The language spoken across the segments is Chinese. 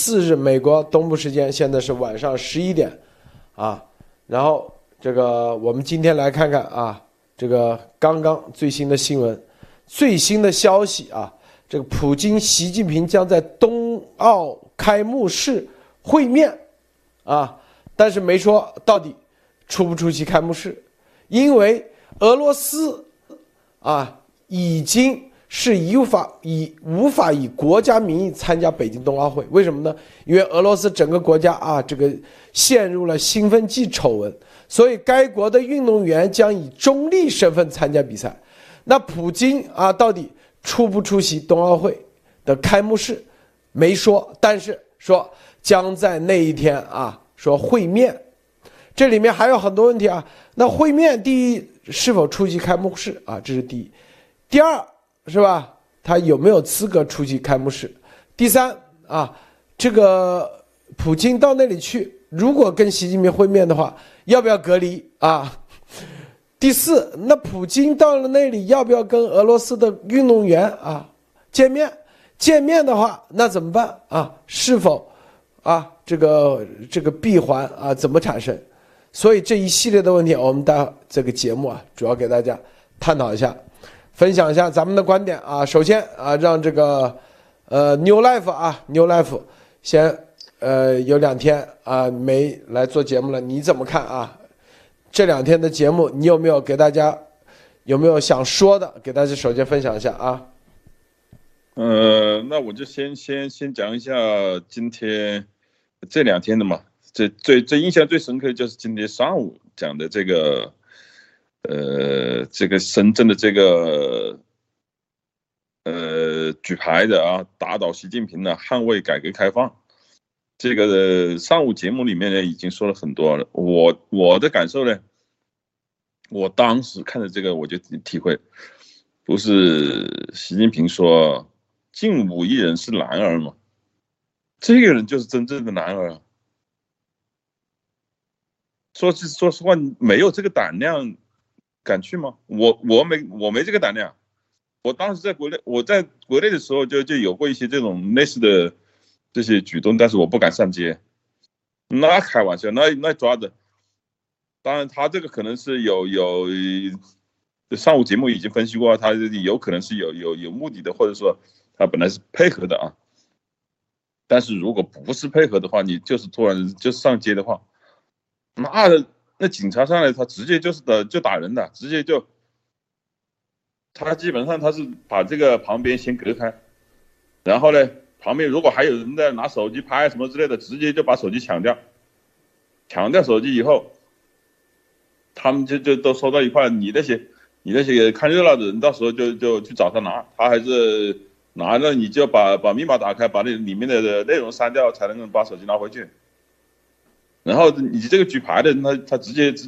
4日美国东部时间，现在是晚上11点啊。然后这个我们今天来看看啊，这个刚刚最新的新闻，最新的消息啊，这个普京、习近平将在冬奥开幕式会面啊，但是没说到底出不出席开幕式，因为俄罗斯啊已经是无法以国家名义参加北京冬奥会。为什么呢？因为俄罗斯整个国家啊，这个陷入了兴奋剂丑闻，所以该国的运动员将以中立身份参加比赛。那普京啊，到底出不出席冬奥会的开幕式没说，但是说将在那一天啊说会面。这里面还有很多问题啊。那会面，第一，是否出席开幕式啊？这是第一。第二，是吧？他有没有资格出席开幕式？第三啊，这个普京到那里去，如果跟习近平会面的话，要不要隔离啊？第四，那普京到了那里，要不要跟俄罗斯的运动员啊见面？见面的话，那怎么办啊？是否啊这个闭环啊怎么产生？所以这一系列的问题，我们在这个节目啊，主要给大家探讨一下。分享一下咱们的观点啊，首先啊，让这个New Life 先有2天啊没来做节目了，你怎么看啊？这2天的节目你有没有给大家有没有想说的？给大家首先分享一下啊。 那我就先讲一下今天这2天的嘛，最印象最深刻的就是今天上午讲的这个。这个深圳的这个举牌的啊，打倒习近平的，捍卫改革开放。这个上午节目里面呢，已经说了很多了。我的感受呢，我当时看的这个我就体会，不是习近平说近5亿人是男儿吗？这个人就是真正的男儿啊。说实话，没有这个胆量。敢去吗？我没这个胆量。我当时在国内的时候就有过一些这种类似的这些举动，但是我不敢上街。那开玩笑，那抓着。当然，他这个可能是有上午节目已经分析过，他有可能是有目的的，或者说他本来是配合的啊。但是如果不是配合的话，你就是突然就上街的话，那警察上来，他直接就打人的，直接就，他基本上他是把这个旁边先隔开，然后呢，旁边如果还有人在拿手机拍什么之类的，直接就把手机抢掉手机以后，他们就都收到一块，你那些看热闹的人，到时候就去找他拿，他还是拿了你就把密码打开，把那里面的内容删掉，才能把手机拿回去。然后你这个举牌的人，他直接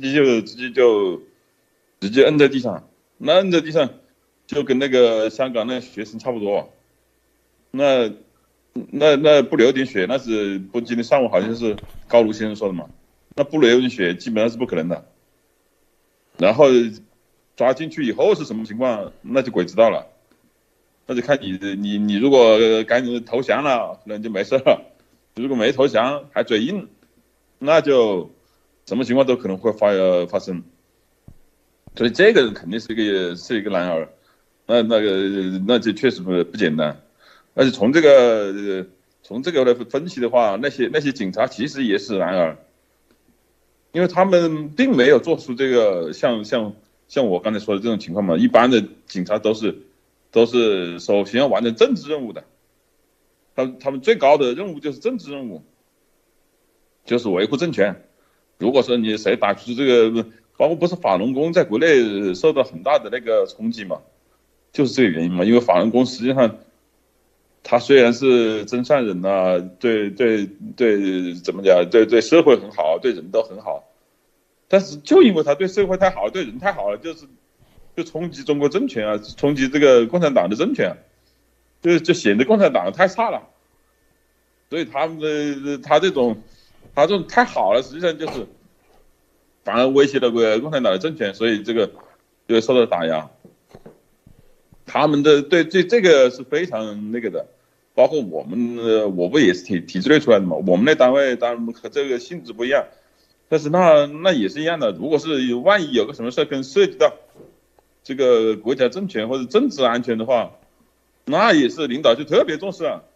摁在地上，那摁在地上就跟那个香港那学生差不多。那不流点血，那是不今天上午好像是高卢先生说的嘛？那不流点血基本上是不可能的。然后抓进去以后是什么情况，那就鬼知道了。那就看你如果赶紧投降了，可能就没事了；如果没投降还嘴硬，那就什么情况都可能会发生。所以这个人肯定是一个男儿，那就确实不简单。而且从这个来分析的话，那些警察其实也是男儿，因为他们并没有做出这个像我刚才说的这种情况嘛。一般的警察都是首先要完成政治任务的，他们最高的任务就是政治任务，就是维护政权。如果说你谁打出这个，包括不是法轮功在国内受到很大的那个冲击嘛，就是这个原因嘛。因为法轮功实际上他虽然是真善人啊，对怎么讲，对社会很好，对人都很好，但是就因为他对社会太好，对人太好了，就冲击中国政权啊，冲击这个共产党的政权，就显得共产党太差了。所以他这种太好了，实际上就是反而威胁了共产党的政权，所以这个就受到打压。他们的对这个是非常那个的， 包括我们我不也是体制内出来的嘛，我们那单位当然和这个性质不一样，但是那也是一样的。如果是万一有个什么事跟涉及到这个国家政权或者政治安全的话，那也是领导就特别重视啊。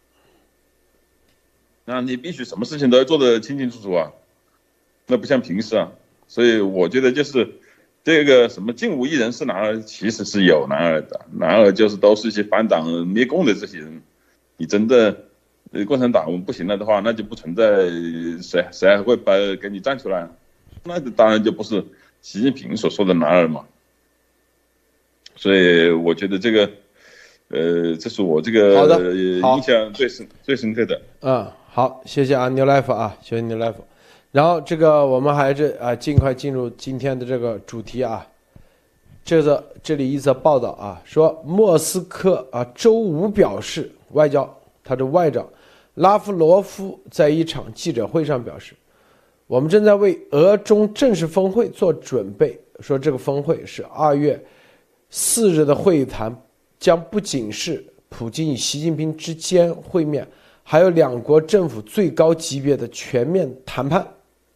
那你必须什么事情都要做得清清楚楚啊，那不像平时啊。所以我觉得就是这个什么尽无一人是男儿，其实是有男儿的，男儿就是都是一些反党灭共的这些人。你真的共产党不行了的话，那就不存在谁还会给你站出来，那当然就不是习近平所说的男儿嘛。所以我觉得这个这是我这个印象最深刻的。 好，谢谢啊 New Life 啊，谢谢 New Life。然后这个我们还是尽快进入今天的这个主题啊。这里一则报道啊，说莫斯科周五表示，他的外长拉夫罗夫在一场记者会上表示，我们正在为俄中正式峰会做准备，说这个峰会是2月4日的会谈，将不仅是普京与习近平之间会面，还有两国政府最高级别的全面谈判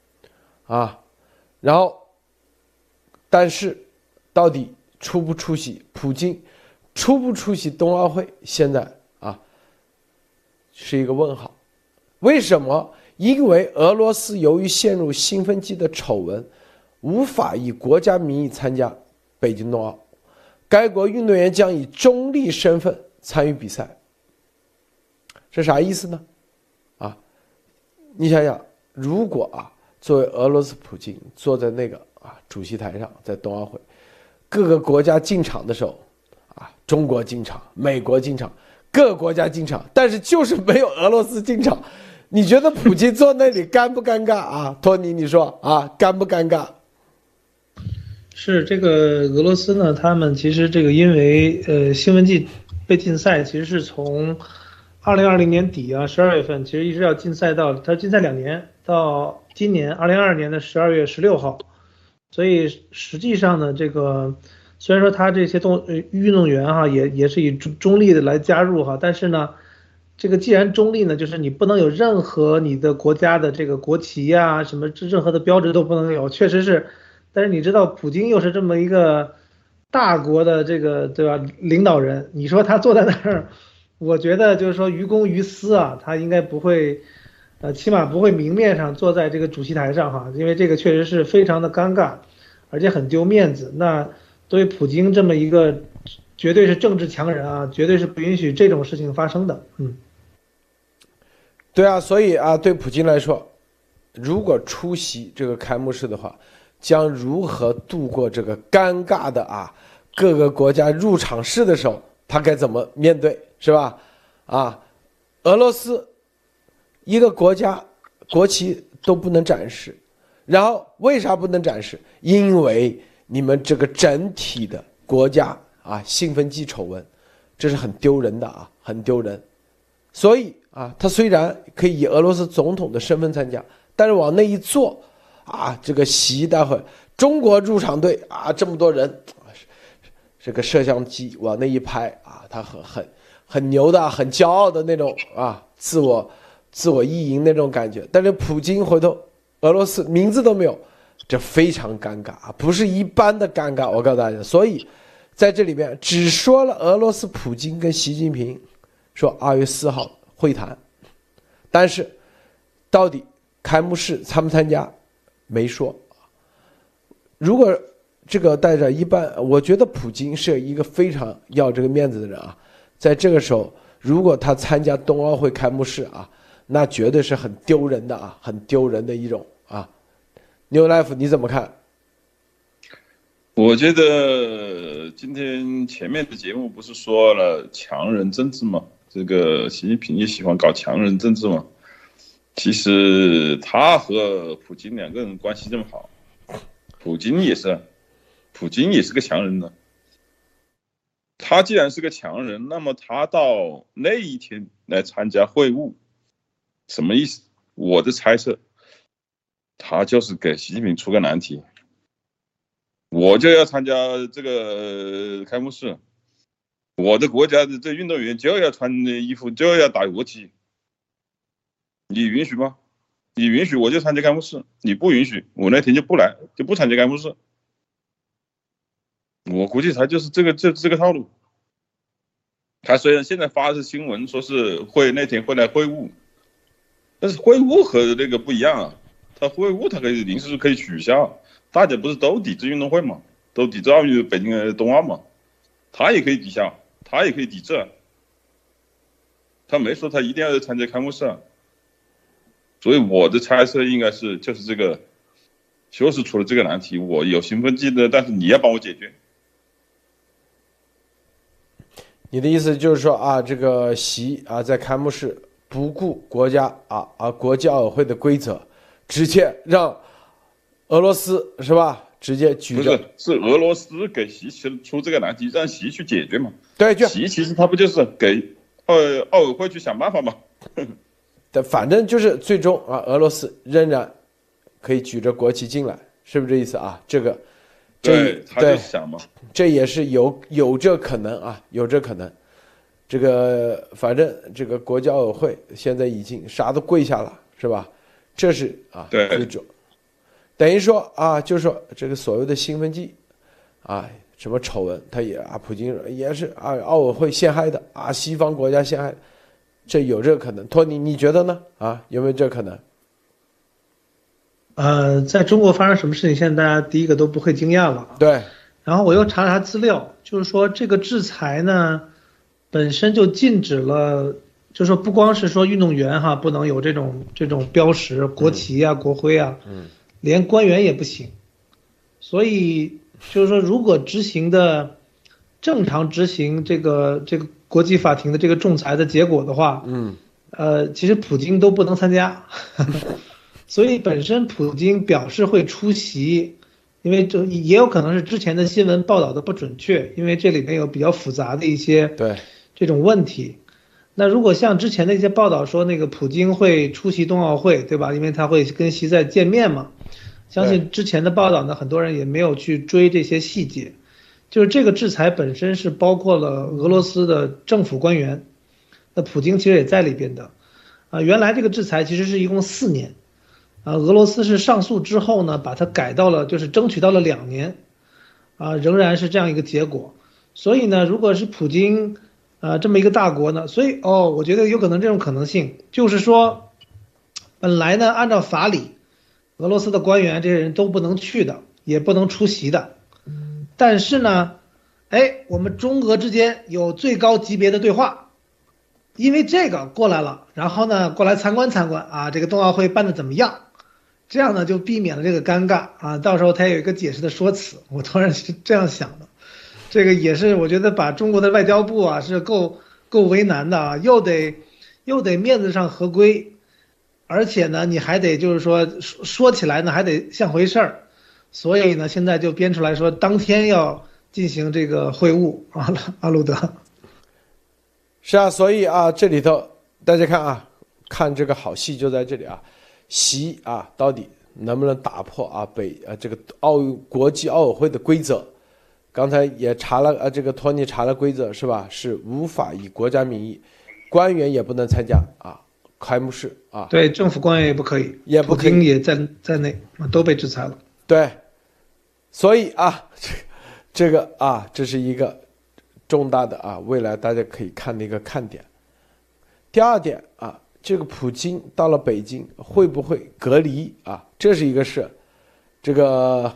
然后但是到底出不出席，普京出不出席冬奥会，现在是一个问号。为什么？因为俄罗斯由于陷入兴奋剂的丑闻，无法以国家名义参加北京冬奥，该国运动员将以中立身份参与比赛。这啥意思呢？你想想，如果作为俄罗斯普京坐在那个主席台上，在冬奥会各个国家进场的时候中国进场，美国进场，各个国家进场，但是就是没有俄罗斯进场，你觉得普京坐那里尴不尴尬托尼，你说尴不尴尬？ 是这个俄罗斯呢，他们其实这个因为兴奋剂被禁赛，其实是从2020年底12月份，其实一直要禁赛他禁赛2年，到今年2022年的12月16号。所以实际上呢，这个虽然说他这些运动员也是以中立的来加入但是呢，这个既然中立呢，就是你不能有任何你的国家的这个国旗什么任何的标志都不能有，确实是。但是你知道普京又是这么一个大国的这个对吧领导人，你说他坐在那儿，我觉得就是说于公于私他应该不会起码不会明面上坐在这个主席台上因为这个确实是非常的尴尬，而且很丢面子。那对于普京这么一个绝对是政治强人绝对是不允许这种事情发生的。 对所以对普京来说，如果出席这个开幕式的话，将如何度过这个尴尬的各个国家入场式的时候，他该怎么面对，是吧？俄罗斯一个国家国旗都不能展示，然后为啥不能展示？因为你们这个整体的国家兴奋剂丑闻，这是很丢人的很丢人。所以他虽然可以以俄罗斯总统的身份参加，但是往那一坐这个习待会中国入场队这么多人，这个摄像机往那一拍他很牛的很骄傲的那种自我意淫那种感觉。但是普京回头俄罗斯名字都没有，这非常尴尬不是一般的尴尬，我告诉大家。所以在这里面只说了俄罗斯普京跟习近平说2月4号会谈，但是到底开幕式参不参加没说。如果这个带着一般，我觉得普京是一个非常要这个面子的人在这个时候如果他参加冬奥会开幕式那绝对是很丢人的很丢人的一种New Life 你怎么看？ 我觉得今天前面的节目不是说了强人政治吗？这个习近平也喜欢搞强人政治吗？其实他和普京两个人关系这么好，普京也是个强人呢。他既然是个强人，那么他到那一天来参加会晤，什么意思？我的猜测，他就是给习近平出个难题，我就要参加这个开幕式， 我的国家的这运动员就要穿衣服，就要打国旗，你允许吗？你允许我就参加开幕式，你不允许我那天就不来，就不参加开幕式。我估计他就是这个套路。他虽然现在发的新闻说是那天会来会晤，但是会晤和那个不一样啊。他会晤他可以临时可以取消，大家不是都抵制运动会嘛，都抵制奥运北京冬奥嘛，他也可以抵消，他也可以抵制啊。他没说他一定要参加开幕式啊。所以我的猜测应该是就是这个，就是出了这个难题，我有兴奋剂的，但是你要帮我解决。 你的意思就是说啊，这个习啊在开幕式不顾国家国际奥委会的规则，直接让俄罗斯是吧？直接举着， 不是俄罗斯给习出这个难题，让习去解决嘛？ 对， 习其实他不就是给奥委会去想办法嘛？ 但反正就是最终啊，俄罗斯仍然可以举着国旗进来，是不是这意思啊？ 对，他就想嘛， 这也是有这可能啊，有这可能。这个反正这个国际奥委会现在已经啥都跪下了，是吧？这是啊， 对， 等于说啊，就是说这个所谓的兴奋剂啊，什么丑闻，他也普京也是啊，奥委会陷害的啊，西方国家陷害的，这有这个可能。托尼，你觉得呢？啊，有没有这可能？ 在中国发生什么事情，现在大家第一个都不会惊讶了。 对。 然后我又查了查资料，就是说这个制裁呢，本身就禁止了，就是说不光是说运动员哈不能有这种标识，国旗啊、国徽啊，连官员也不行。所以就是说，如果正常执行这个国际法庭的这个仲裁的结果的话，其实普京都不能参加。所以本身普京表示会出席，因为这也有可能是之前的新闻报道的不准确，因为这里面有比较复杂的一些这种问题。那如果像之前的一些报道说那个普京会出席冬奥会，对吧？因为他会跟习在见面嘛。相信之前的报道呢，很多人也没有去追这些细节。就是这个制裁本身是包括了俄罗斯的政府官员，那普京其实也在里边的。原来这个制裁其实是一共4年。俄罗斯是上诉之后呢，把它改到了，就是争取到了2年，仍然是这样一个结果。所以呢，如果是普京，这么一个大国呢，所以我觉得有可能这种可能性，就是说，本来呢，按照法理，俄罗斯的官员这些人都不能去的，也不能出席的，但是呢，我们中俄之间有最高级别的对话，因为这个过来了，然后呢，过来参观参观啊，这个冬奥会办得怎么样？这样呢就避免了这个尴尬啊，到时候他有一个解释的说辞。我突然是这样想的，这个也是我觉得把中国的外交部啊是够为难的啊，又得面子上合规，而且呢你还得就是说起来呢还得像回事儿，所以呢现在就编出来说当天要进行这个会晤啊，阿路德。 是啊，所以啊这里头大家看啊，看这个好戏就在这里啊。习啊，到底能不能打破这个国际奥委会的规则？刚才也查了这个托尼查了规则是吧？是无法以国家名义，官员也不能参加开幕式啊。 对，政府官员也不可以， 普京也在内，都被制裁了。 对，所以这个这是一个重大的未来大家可以看的一个看点。第二点这个普京到了北京会不会隔离这是一个事。这个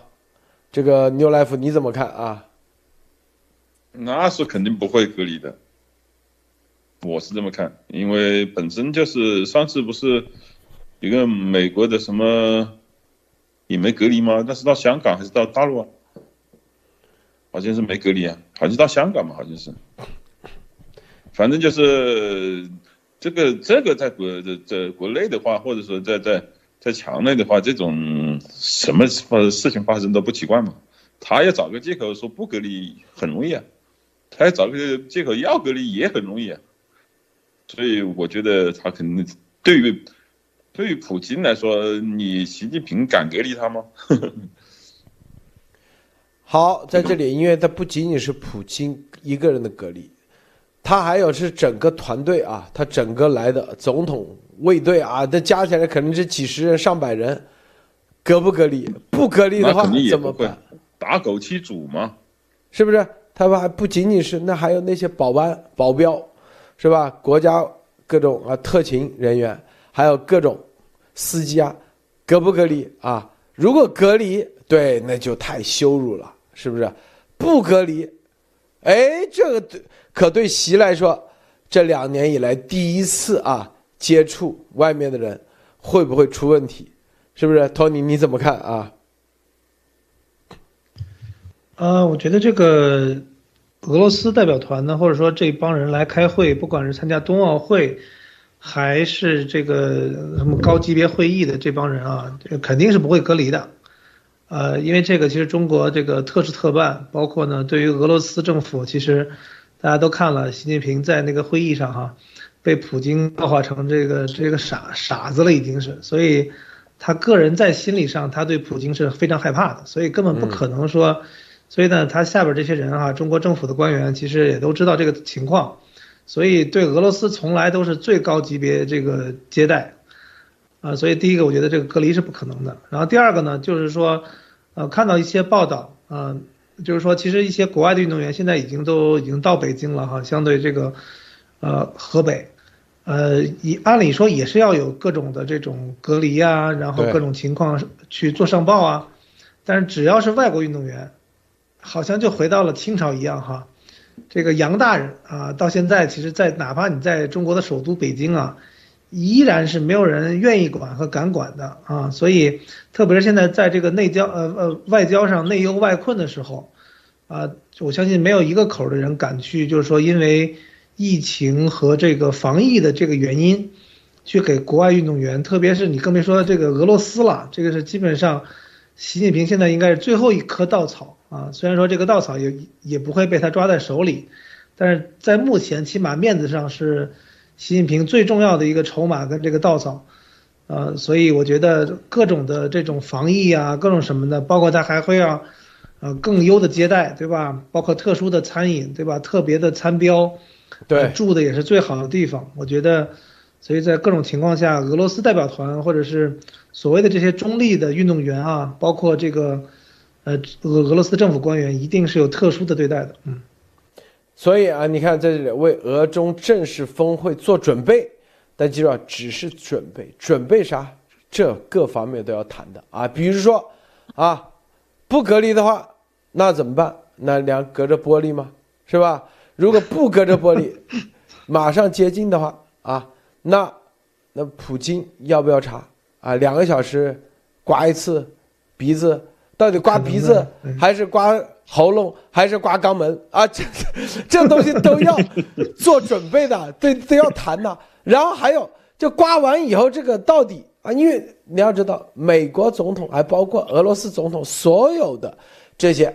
New Life 你怎么看那是肯定不会隔离的，我是这么看，因为本身就是上次不是有个美国的什么也没隔离吗？但是到香港还是到大陆好像是没隔离好像是到香港嘛，好像是，反正就是这个在国内的话，或者说在墙内的话，这种什么事情发生都不奇怪嘛。他要找个借口说不隔离很容易他要找个借口要隔离也很容易所以我觉得他可能对于普京来说，你习近平敢隔离他吗？ 好，在这里，因为它不仅仅是普京一个人的隔离， 他还有是整个团队啊，他整个来的总统卫队啊，这加起来可能是几十人、上百人，隔不隔离？不隔离的话怎么办？ 打狗欺主嘛， 是不是？他们还不仅仅是那，还有那些保安、保镖，是吧？国家各种啊特勤人员，还有各种司机啊，隔不隔离啊？如果隔离，对，那就太羞辱了，是不是？不隔离，哎，这个可对习来说，这2年以来第一次啊接触外面的人，会不会出问题？是不是？托尼你怎么看啊？ 我觉得这个俄罗斯代表团呢，或者说这帮人来开会，不管是参加冬奥会，还是这个什么高级别会议的这帮人啊，这肯定是不会隔离的。因为这个其实中国这个特事特办，包括呢对于俄罗斯政府，其实大家都看了，习近平在那个会议上哈，被普京笑话成这个傻子了已经是，所以他个人在心理上他对普京是非常害怕的，所以根本不可能说。所以呢，他下边这些人啊，中国政府的官员其实也都知道这个情况，所以对俄罗斯从来都是最高级别这个接待，所以第一个我觉得这个隔离是不可能的。然后第二个呢，就是说，看到一些报道就是说其实一些国外的运动员现在已经到北京了哈，相对这个河北，按理说也是要有各种的这种隔离啊，然后各种情况去做上报啊，但是只要是外国运动员。好像就回到了清朝一样哈，这个洋大人啊，到现在其实哪怕你在中国的首都北京啊，依然是没有人愿意管和敢管的啊。所以特别是现在在这个外交上内忧外困的时候啊，我相信没有一个口的人敢去，就是说因为疫情和这个防疫的这个原因，去给国外运动员，特别是你更别说这个俄罗斯了，这个是基本上习近平现在应该是最后一棵稻草。虽然说这个稻草也不会被他抓在手里，但是在目前起码面子上是习近平最重要的一个筹码跟这个稻草，所以我觉得各种的这种防疫啊，各种什么的，包括他还会要更优的接待，对吧？包括特殊的餐饮，对吧？特别的餐标， 对， 住的也是最好的地方，我觉得，所以在各种情况下，俄罗斯代表团或者是所谓的这些中立的运动员啊，包括这个。俄罗斯政府官员一定是有特殊的对待的， 所以啊，你看在这里为俄中正式峰会做准备，但记住啊，只是准备，准备啥？这各方面都要谈的啊。比如说啊，不隔离的话，那怎么办？那隔着玻璃吗？是吧？如果不隔着玻璃，马上接近的话啊，那普京要不要查啊？2个小时刮一次鼻子。到底刮鼻子还是刮喉咙还是刮肛门啊？这东西都要做准备的，都要谈的。然后还有，就刮完以后，这个到底啊？因为你要知道，美国总统还包括俄罗斯总统所有的这些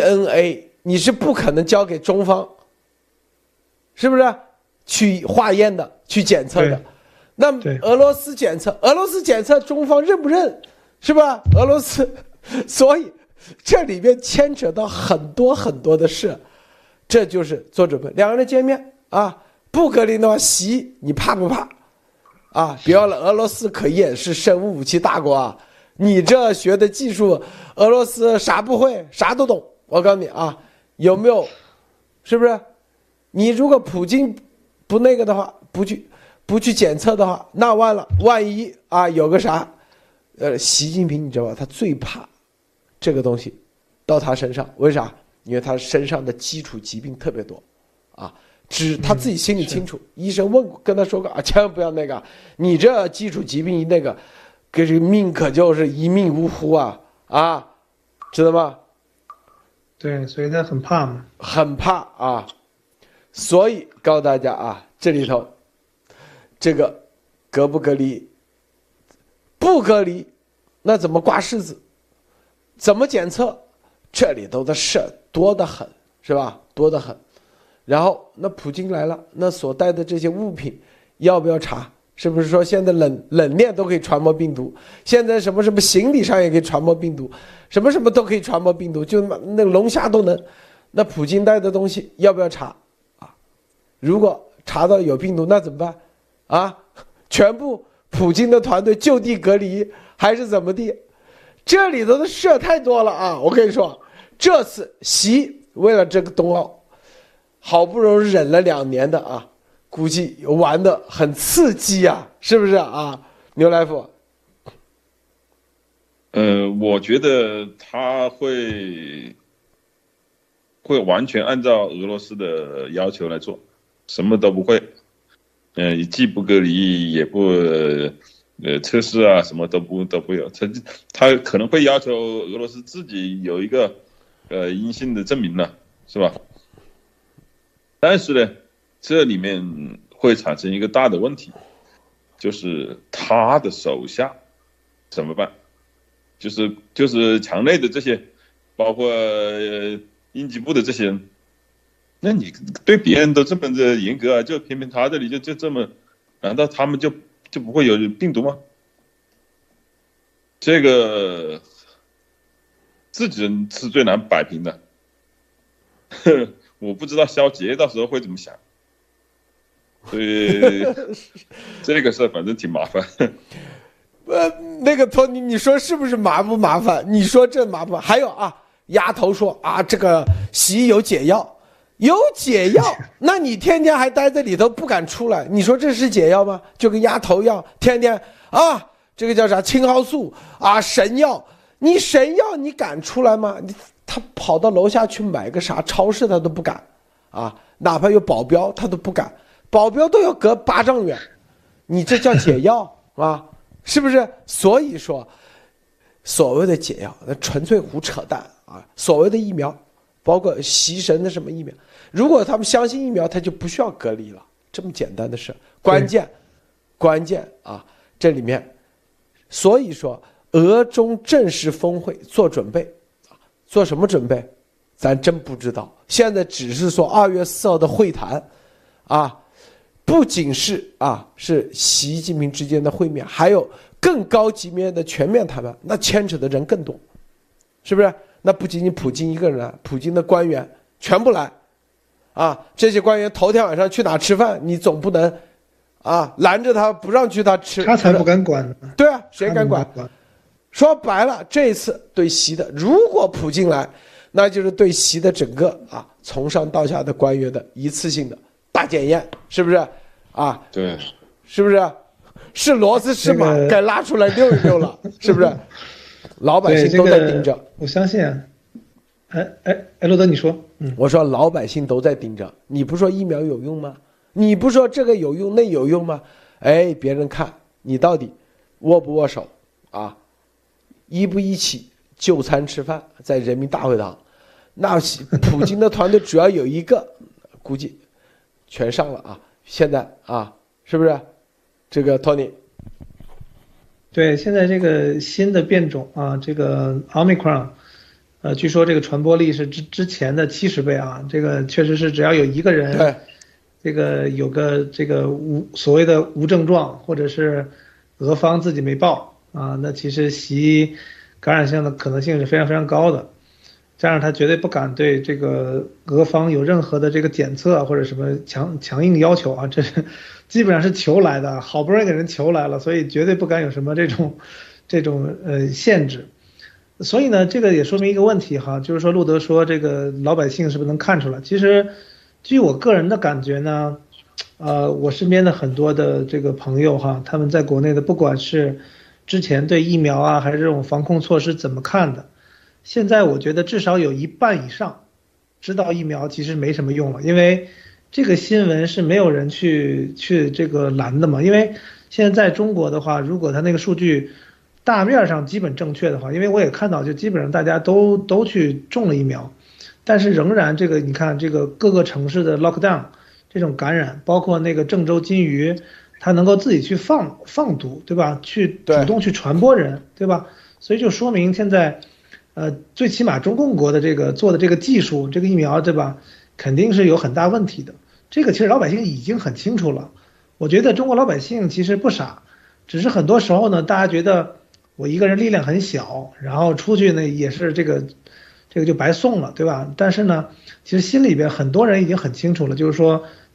DNA， 你是不可能交给中方，是不是？去化验的，去检测的。那俄罗斯检测，中方认不认？是吧？俄罗斯。所以这里面牵扯到很多很多的事，这就是做准备。2个人见面啊，不隔离的话，习你怕不怕啊？别忘了，俄罗斯可也是生物武器大国啊！你这学的技术，俄罗斯啥不会，啥都懂。我告诉你啊，有没有？是不是？你如果普京不那个的话，不去检测的话，那完了，万一啊有个啥，习近平你知道吧？他最怕这个东西到他身上，为啥？因为他身上的基础疾病特别多，啊，他自己心里清楚。医生问过，跟他说过啊，千万不要那个，你这基础疾病那个，跟这个命可就是一命呜呼啊，知道吗？ 对，所以他很怕嘛， 很怕啊。所以告诉大家啊，这里头，这个隔不隔离？不隔离，那怎么刮拭子？怎么检测？这里头的事多得很，是吧？多得很。然后那普京来了，那所带的这些物品要不要查？是不是说现在冷链都可以传播病毒？现在什么行李上也可以传播病毒，什么都可以传播病毒，就那龙虾都能。那普京带的东西要不要查啊？ 如果查到有病毒，那怎么办？啊，全部普京的团队就地隔离，还是怎么地？这里头的事太多了啊！我跟你说，这次习为了这个冬奥，好不容易忍了2年的啊，估计玩的很刺激啊，是不是啊？牛来福。 我觉得他会完全按照俄罗斯的要求来做，什么都不会，既不隔离也不测试啊，什么都不有。他可能会要求俄罗斯自己有一个阴性的证明呢，是吧？但是呢，这里面会产生一个大的问题，就是他的手下怎么办？就是墙内的这些，包括应急部的这些人，那你对别人都这么的严格啊，就偏偏他这里就这么，难道他们就不会有病毒吗？这个自己人是最难摆平的。我不知道肖杰到时候会怎么想，所以这个事反正挺麻烦。 那个托尼，你说是不是麻不麻烦？你说这麻烦？还有啊，丫头说啊，这个习有解药，有解药，那你天天还待在里头不敢出来，你说这是解药吗？就跟丫头一样，天天啊，这个叫啥青蒿素啊，神药，你神药你敢出来吗？他跑到楼下去买个啥超市他都不敢啊，哪怕有保镖他都不敢，保镖都要隔8丈远，你这叫解药啊？是不是？所以说，所谓的解药那纯粹胡扯淡啊！所谓的疫苗，包括习神的什么疫苗，如果他们相信疫苗，他就不需要隔离了，这么简单的事。关键啊，这里面，所以说俄中正式峰会做准备，做什么准备？咱真不知道。现在只是说2月4号的会谈，啊。不仅是是习近平之间的会面，还有更高级面的全面谈判，那牵扯的人更多，是不是？那不仅仅普京一个人来，普京的官员全部来，啊，这些官员头天晚上去哪吃饭，你总不能拦着他不让去他吃， 他才不敢管呢。 对啊，谁敢管？说白了，这一次对习的，如果普京来，那就是对习的整个从上到下的官员的一次性的大检验，是不是？ 对， 是不是？是骡子是马，该拉出来溜一溜了，是不是？老百姓都在盯着。 我相信啊。罗德，你说。 我说老百姓都在盯着。你不说疫苗有用吗？你不说这个有用那有用吗？别人看你到底握不握手一不一起就餐吃饭，在人民大会堂。那普京的团队主要有一个，估计全上了现在是不是？这个托尼， 对，现在这个新的变种这个 Omicron，据说这个传播力是之前的70倍这个确实是只要有一个人， 对， 这个有个这个所谓的无症状，或者是俄方自己没报那其实习感染性的可能性是非常非常高的。加上他绝对不敢对这个俄方有任何的这个检测或者什么强硬要求这是基本上是求来的，好不容易给人求来了，所以绝对不敢有什么这种限制。所以呢，这个也说明一个问题就是说路德说这个老百姓是不是能看出来？其实，据我个人的感觉呢，我身边的很多的这个朋友他们在国内的，不管是之前对疫苗还是这种防控措施怎么看的。现在我觉得至少有1半以上知道疫苗其实没什么用了，因为这个新闻是没有人去这个拦的嘛。因为现在在中国的话，如果他那个数据大面上基本正确的话，因为我也看到就基本上大家都去种了疫苗，但是仍然这个你看这个各个城市的 lockdown 这种感染，包括那个郑州金鱼，它能够自己去放毒，对吧？去主动去传播人，对吧？所以就说明现在。最起码中共国的这个做的这个技术，这个疫苗，对吧？肯定是有很大问题的。这个其实老百姓已经很清楚了。我觉得中国老百姓其实不傻，只是很多时候呢，大家觉得我一个人力量很小，然后出去呢也是这个就白送了，对吧？但是呢，其实心里边很多人已经很清楚了，就是说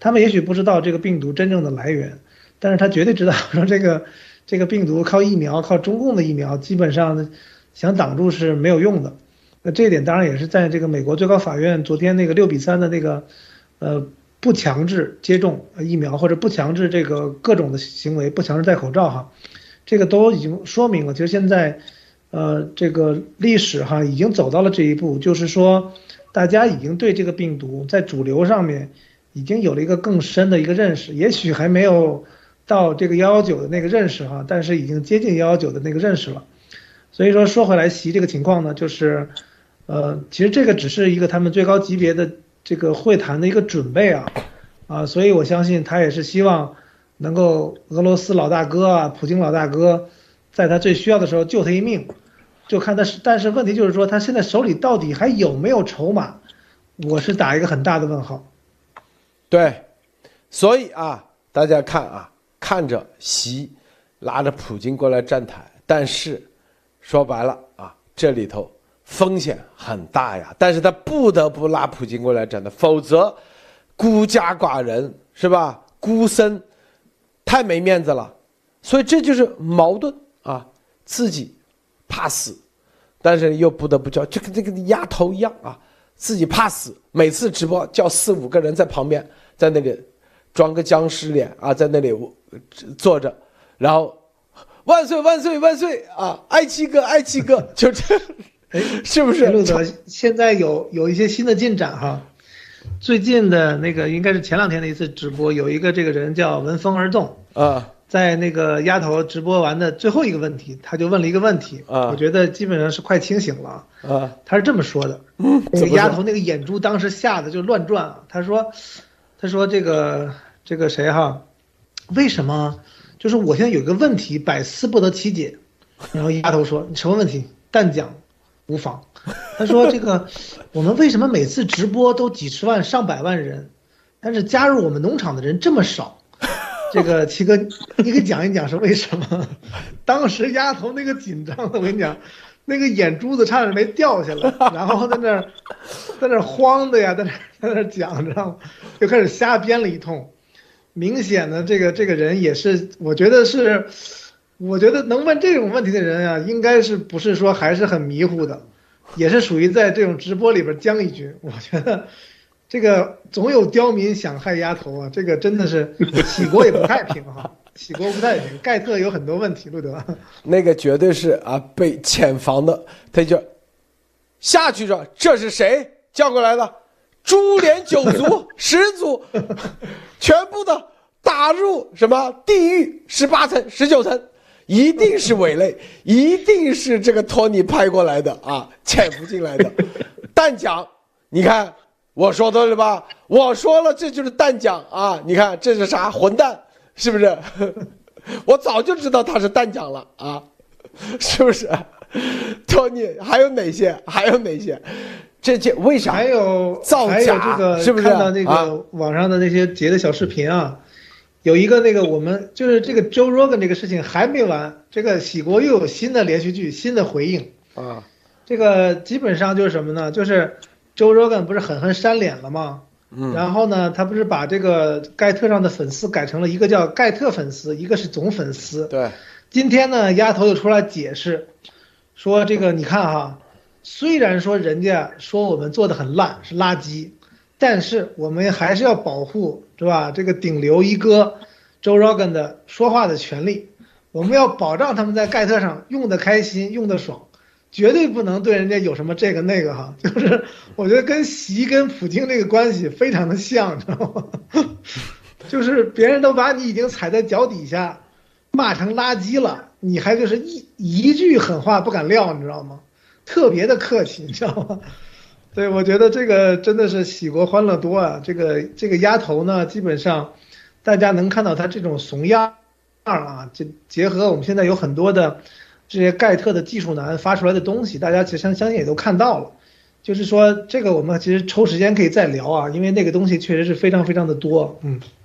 他们也许不知道这个病毒真正的来源，但是他绝对知道说这个病毒靠疫苗，靠中共的疫苗，基本上想挡住是没有用的。那这一点当然也是在这个美国最高法院昨天那个6-3的那个不强制接种疫苗或者不强制这个各种的行为，不强制戴口罩哈，这个都已经说明了，其实现在这个历史哈已经走到了这一步，就是说大家已经对这个病毒在主流上面已经有了一个更深的一个认识，也许还没有到这个119的那个认识哈，但是已经接近119的那个认识了。所以说回来习这个情况呢，就是其实这个只是一个他们最高级别的这个会谈的一个准备所以我相信他也是希望能够俄罗斯老大哥普京老大哥在他最需要的时候救他一命，就看他是，但是问题就是说他现在手里到底还有没有筹码，我是打一个很大的问号。 对，所以大家看着习拉着普京过来站台，但是说白了这里头风险很大呀，但是他不得不拉普京过来站台，否则孤家寡人是吧，孤身太没面子了，所以这就是矛盾自己怕死，但是又不得不叫，就跟这个丫头一样自己怕死，每次直播叫4-5个人在旁边，在那里装个僵尸脸在那里坐着，然后万岁万岁万岁爱妻哥爱妻哥，就这是不是？ 陆德，现在有一些新的进展哈。最近的那个应该是前2天的一次直播，有一个这个人叫闻风而动在那个丫头直播完的最后一个问题，他就问了一个问题我觉得基本上是快清醒了他是这么说的那个丫头那个眼珠当时吓得就乱转他说这个谁为什么就是我现在有一个问题百思不得其解，然后丫头说你什么问题，但讲无妨。他说这个我们为什么每次直播都几十万上百万人，但是加入我们农场的人这么少，这个七哥你给讲一讲是为什么？当时丫头那个紧张的我跟你讲，那个眼珠子差点没掉下来，然后在那慌的呀，在那讲，知道吗？就开始瞎编了一通。明显的这个人也是，我觉得能问这种问题的人应该是不是说还是很迷糊的，也是属于在这种直播里边将一军。我觉得这个总有刁民想害丫头这个真的是喜国也不太平喜国不太平。盖特有很多问题，路德那个绝对是被潜防的，他就下去说这是谁叫过来的？株连9族10族，全部的打入什么地狱18层19层，一定是伪类，一定是这个托尼派过来的潜伏进来的。弹奖，你看我说对了吧？我说了，这就是弹奖你看这是啥混蛋，是不是？我早就知道他是弹奖了是不是？托尼还有哪些？这为啥还有造假？ 这个是不是？ 看到那个网上的那些截的小视频有一个那个我们就是这个 Joe Rogan 这个事情还没完，这个喜国又有新的连续剧新的回应这个基本上就是什么呢？就是 Joe Rogan 不是狠扇脸了吗？然后呢，他不是把这个盖特上的粉丝改成了一个叫盖特粉丝，一个是总粉丝。 对， 今天呢，丫头又出来解释，说这个你看虽然说人家说我们做的很烂是垃圾，但是我们还是要保护是吧？这个顶流一哥 Joe Rogan 的说话的权利，我们要保障他们在盖特上用的开心用的爽，绝对不能对人家有什么这个那个就是我觉得跟习跟普京这个关系非常的像，知道吗？就是别人都把你已经踩在脚底下骂成垃圾了，你还就是一句狠话不敢撂，你知道吗？特别的客气，你知道吗？对，我觉得这个真的是喜国欢乐多这个丫头呢，基本上大家能看到她这种怂样就结合我们现在有很多的这些盖特的技术男发出来的东西，大家其实相信也都看到了。就是说这个我们其实抽时间可以再聊因为那个东西确实是非常非常的多。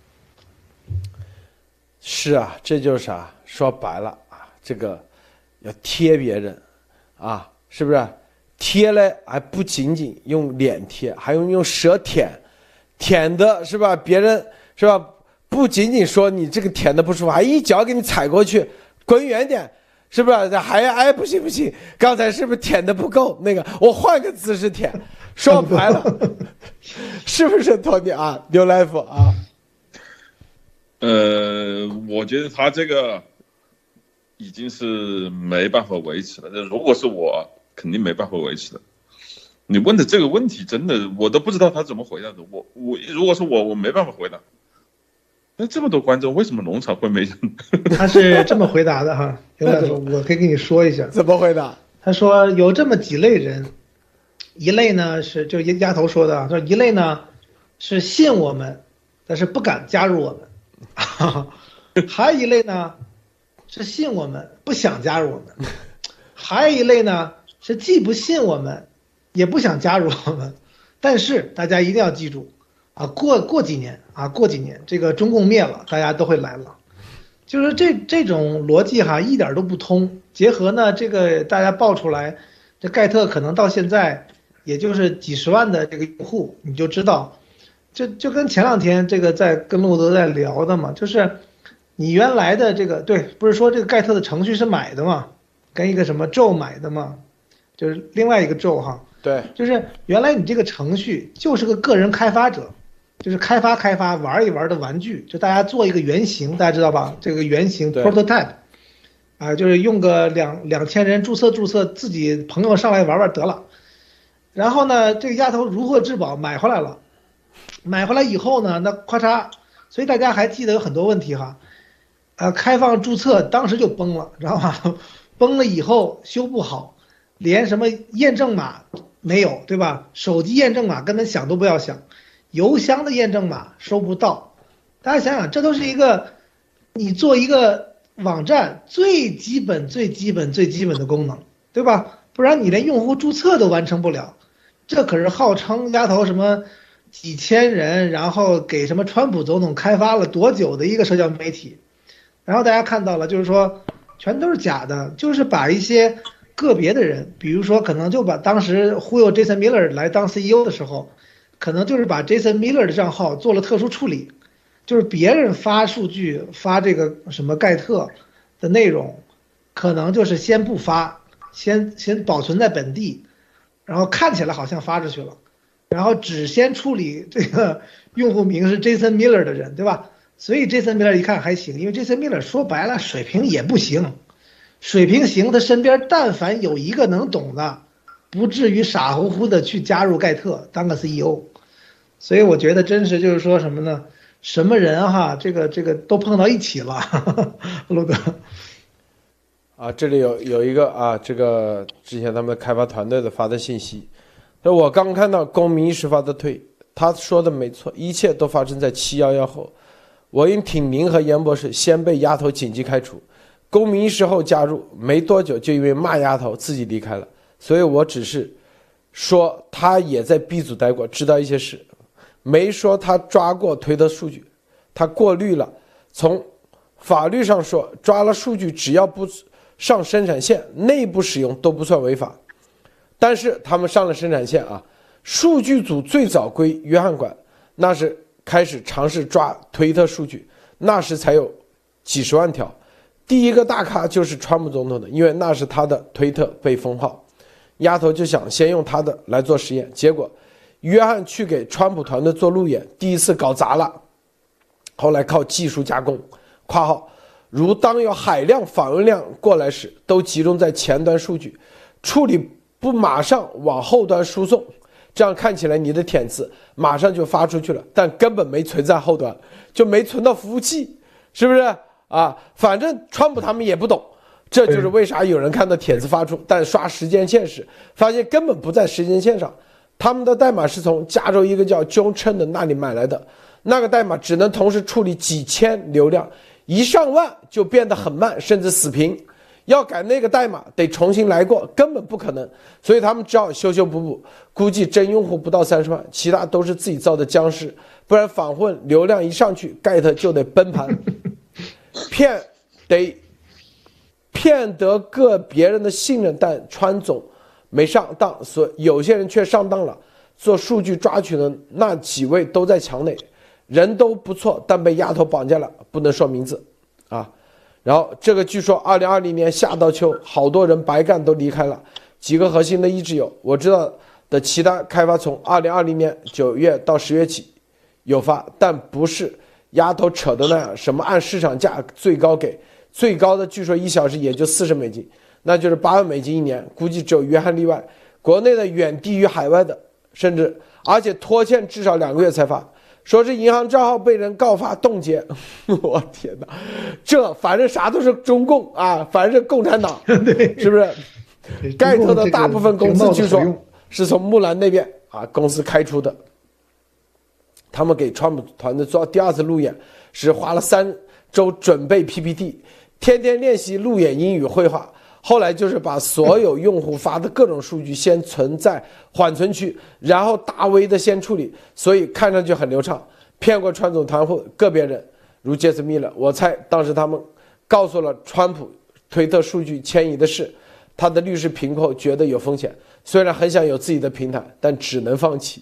是这就是啥？说白了这个要贴别人是不是？贴了还不仅仅用脸贴，还用舌舔的是吧？别人是吧？不仅仅说你这个舔的不舒服，还一脚给你踩过去，滚远点，是不是？还不行不行，刚才是不是舔的不够？那个我换个姿势舔，说白了，是不是托尼啊？牛来福啊？ 我觉得他这个已经是没办法维持了。如果是我，肯定没办法维持的。你问的这个问题，真的我都不知道他怎么回答的。我如果是我没办法回答。那这么多观众，为什么农场会没人？ 他是这么回答的哈，刘大叔，我可以跟你说一下。 怎么回答？ 他说有这么几类人，一类呢是就丫头说的，说一类呢是信我们，但是不敢加入我们，还有一类呢是信我们不想加入我们，还有一类呢是既不信我们，也不想加入我们，但是大家一定要记住。过几年，这个中共灭了，大家都会来了，就是这种逻辑哈，一点都不通。结合呢，这个大家爆出来，这盖特可能到现在也就是几十万的这个用户，你就知道，就跟前两天这个在跟路德在聊的嘛，就是你原来的这个对，不是说这个盖特的程序是买的嘛，跟一个什么咒买的嘛，就是另外一个咒哈， 对， 就是原来你这个程序就是个人开发者。就是开发玩一玩的玩具，就大家做一个原型，大家知道吧？这个原型 prototype，就是用个2000人注册，自己朋友上来玩玩得了。然后呢，这个丫头如获至宝买回来了，买回来以后呢，那咔嚓，所以大家还记得有很多问题哈，开放注册当时就崩了，知道吗？崩了以后修不好，连什么验证码没有，对吧？手机验证码根本想都不要想。邮箱的验证码收不到，大家想想，这都是一个你做一个网站最基本的功能，对吧？不然你连用户注册都完成不了。这可是号称丫头什么几千人，然后给什么川普总统开发了多久的一个社交媒体，然后大家看到了，就是说全都是假的，就是把一些个别的人，比如说可能就把当时忽悠 Jason Miller 来当 CEO 的时候。可能就是把 Jason Miller 的账号做了特殊处理，就是别人发数据发这个什么盖特的内容，可能就是先不发，先保存在本地，然后看起来好像发出去了，然后只先处理这个用户名是 Jason Miller 的人，对吧？所以 Jason Miller 一看还行，因为 Jason Miller 说白了水平也不行，水平行他身边但凡有一个能懂的。不至于傻乎乎的去加入盖特当个 CEO， 所以我觉得真是就是说什么呢？什么人哈，这个都碰到一起了，陆哥。 这里有一个这个之前他们开发团队的发的信息，我刚看到公民意识发的推，他说的没错，一切都发生在711后，我因挺您和严博士先被丫头紧急开除，公民意识后加入，没多久就因为骂丫头自己离开了。所以我只是说他也在 B 组待过，知道一些事，没说他抓过推特数据，他过滤了。从法律上说，抓了数据只要不上生产线，内部使用都不算违法。但是他们上了生产线数据组最早归约翰管，那是开始尝试抓推特数据，那时才有几十万条。第一个大咖就是川普总统的，因为那是他的推特被封号。丫头就想先用他的来做实验，结果约翰去给川普团队做路演，第一次搞砸了，后来靠技术加工（括号如当有海量访问量过来时，都集中在前端数据处理，不马上往后端输送，这样看起来你的帖子马上就发出去了，但根本没存在后端，就没存到服务器，是不是反正川普他们也不懂。这就是为啥有人看到帖子发出，但刷时间线时发现根本不在时间线上。他们的代码是从加州一个叫 John Chen 的那里买来的，那个代码只能同时处理几千流量，一上万就变得很慢，甚至死屏。要改那个代码得重新来过，根本不可能。所以他们只好修补，估计真用户不到30万，其他都是自己造的僵尸，不然访问流量一上去，盖特就得崩盘，骗得别人的信任，但川总没上当，所以有些人却上当了。做数据抓取的那几位都在墙内， 人都不错，但被丫头绑架了，不能说名字啊。然后这个据说2020年夏到秋，好多人白干都离开了，几个核心的一直有，我知道的其他开发从2020年9月到10月起有发，但不是丫头扯的那样，什么按市场价最高给，最高的据说1小时也就$40，那就是$8万一年，估计只有约翰例外，国内的远低于海外的，甚至而且拖欠至少2个月才发。说是银行账号被人告发冻结，我天哪，这反正啥都是中共啊，反正是共产党， 对， 是不是？盖特的大部分公司据说是从木兰那边啊公司开出的，他们给川普团队做第2次路演是花了3周准备 PPT， 天天练习路演英语绘画。后来就是把所有用户发的各种数据先存在缓存区，然后大 V 的先处理，所以看上去很流畅。骗过川总团户个别人，如杰斯米勒，我猜当时他们告诉了川普推特数据迁移的事，他的律师评后觉得有风险，虽然很想有自己的平台，但只能放弃。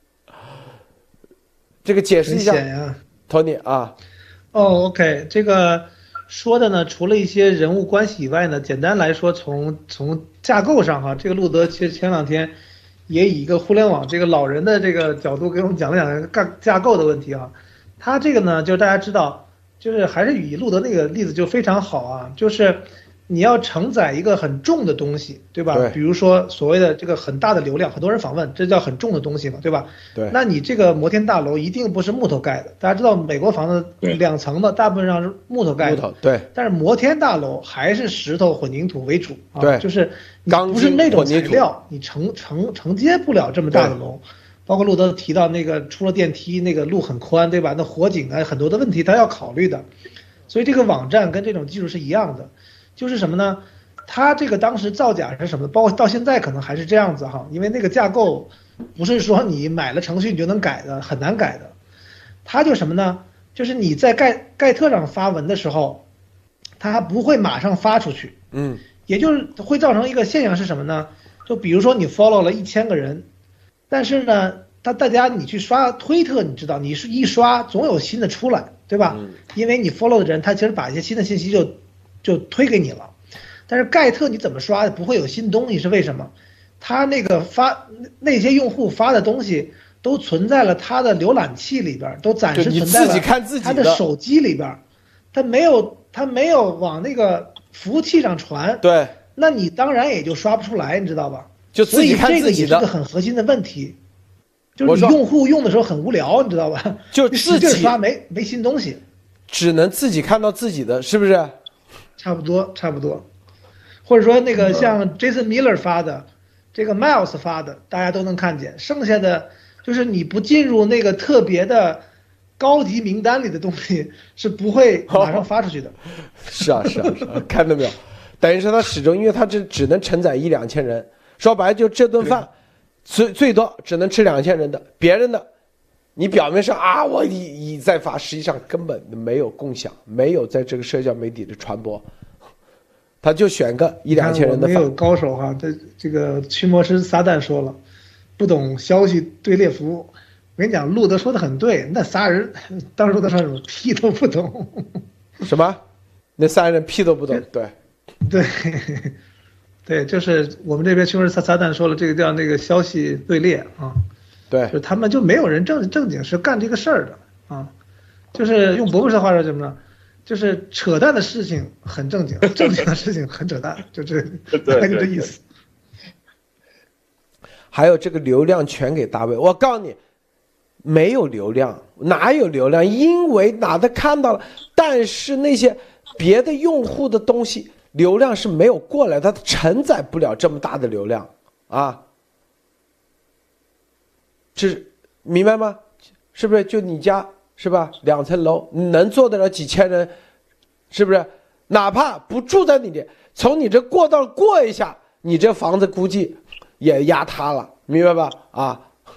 这个解释一下，Tony 啊。 哦 ，OK， 这个。说的呢，除了一些人物关系以外呢，简单来说，从架构上哈，这个路德其实前2天也以一个互联网这个老人的这个角度给我们讲了讲架构的问题啊。他这个呢，就是大家知道，就是还是以路德那个例子就非常好啊，就是你要承载一个很重的东西，对吧？ 对。 比如说所谓的这个很大的流量，很多人访问，这叫很重的东西嘛，对吧？ 对。 那你这个摩天大楼一定不是木头盖的，大家知道美国房子2层的大部分上是木头盖的， 木头对。 但是摩天大楼还是石头混凝土为主啊， 对， 就是你不是那种材料，你承接不了这么大的楼。包括路德提到那个出了电梯那个路很宽，对吧？那火警啊很多的问题他要考虑的，所以这个网站跟这种技术是一样的。就是什么呢？他这个当时造假是什么？包括到现在可能还是这样子哈，因为那个架构不是说你买了程序你就能改的，很难改的。他就什么呢？就是你在盖特上发文的时候，他不会马上发出去，也就是会造成一个现象是什么呢？就比如说你 follow 了1000个人，但是呢，大家你去刷推特，你知道你是一刷总有新的出来，对吧？因为你 follow 的人他其实把一些新的信息就推给你了，但是盖特你怎么刷不会有新东西，是为什么？他那个那些用户发的东西都存在了他的浏览器里边，都暂时存在了他的手机里边，他没有往那个服务器上传， 对， 那你当然也就刷不出来，你知道吧？ 就自己看自己的， 所以这个也是个很核心的问题，就是你用户用的时候很无聊，你知道吧？ 就自己刷没新东西， 只能自己看到自己的，是不是？ 差不多，或者说那个像 Jason Miller 发的，这个 Miles 发的，大家都能看见。剩下的就是你不进入那个特别的高级名单里的东西，是不会马上发出去的。 是啊，看到没有？等于说他始终，因为他只能承载1-2000人，说白了就这顿饭，最多只能吃2000人的，别人的。你表面上啊，我已在发，实际上根本没有共享，没有在这个社交媒体的传播，他就选个1-2000人的饭。 没有高手哈，这个驱魔师撒旦说了，不懂消息队列服务。我跟你讲，路德说的很对，那仨人当时路德说什么屁都不懂。 什么？那3人屁都不懂？ 对，就是我们这边驱魔师撒旦说了，这个叫那个消息队列啊。 对， 就他们就没有人正经是干这个事儿的啊，就是用博士的话说什么呢？就是扯淡的事情很正经，正经的事情很扯淡，就这意思。 还有这个流量全给大卫，我告诉你，没有流量，哪有流量？因为哪的看到了，但是那些别的用户的东西流量是没有过来，它承载不了这么大的流量啊。是明白吗？是不是就你家是吧？2层楼，你能坐得了几千人，是不是？哪怕不住在你这，从你这过一下，你这房子估计也压塌了，明白吧？啊，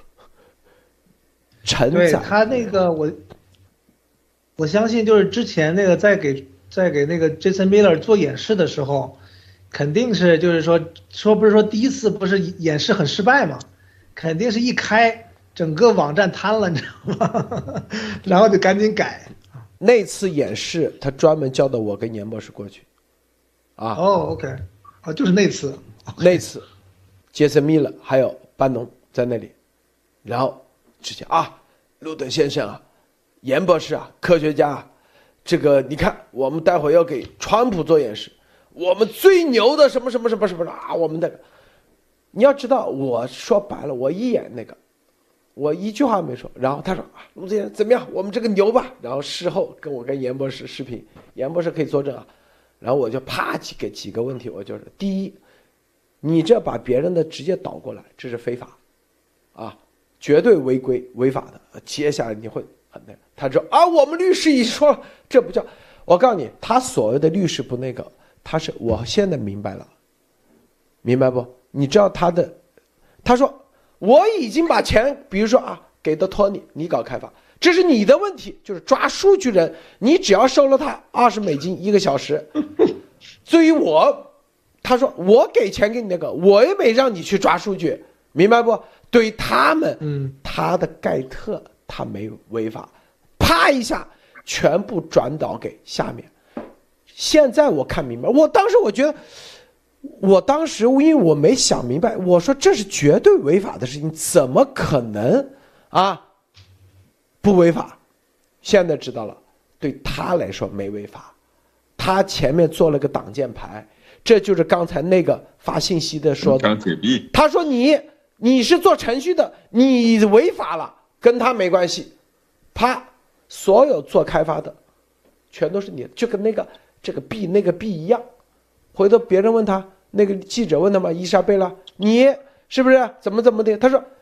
承载。 对他那个我相信就是之前那个在给那个 Jason Miller 做演示的时候，肯定是就是说不是说第一次不是演示很失败嘛，肯定是一开。 整个网站瘫了，你知道吗？然后就赶紧改。 那次演示，他专门叫的我跟严博士过去，啊， 哦，OK，就是那次， 那次，杰森米勒还有班农在那里，然后直接啊，路德先生啊，严博士啊，科学家啊，这个你看，我们待会儿要给川普做演示，我们最牛的什么什么什么什么啊，我们那个，你要知道，我说白了，我一眼那个。我一句话没说，然后他说：“啊，陆先生怎么样？我们这个牛吧？”然后事后跟严博士视频，严博士可以作证啊。然后我就啪给几个问题，我就是第一，你这把别人的直接倒过来，这是非法，啊，绝对违规违法的。接下来你会很那个，他说啊，我们律师已说了，这不叫。我告诉你，他所谓的律师不那个，他是我现在明白了，明白不？你知道他说。我已经把钱，比如说啊，给的托尼，你搞开发，这是你的问题，就是抓数据人，你只要收了他$201个小时。至于我，他说我给钱给你那个，我也没让你去抓数据，明白不？对他们，他的盖特他没违法，啪一下全部转导给下面。现在我看明白，我当时我觉得。我当时因为我没想明白，我说这是绝对违法的事情，怎么可能啊不违法？现在知道了，对他来说没违法，他前面做了个挡箭牌，这就是刚才那个发信息的说的。他说你是做程序的，你违法了，跟他没关系。啪，所有做开发的全都是你，就跟这个币那个币一样。回头别人问他，那个记者问他嘛，伊莎贝拉，你是不是怎么的？他说，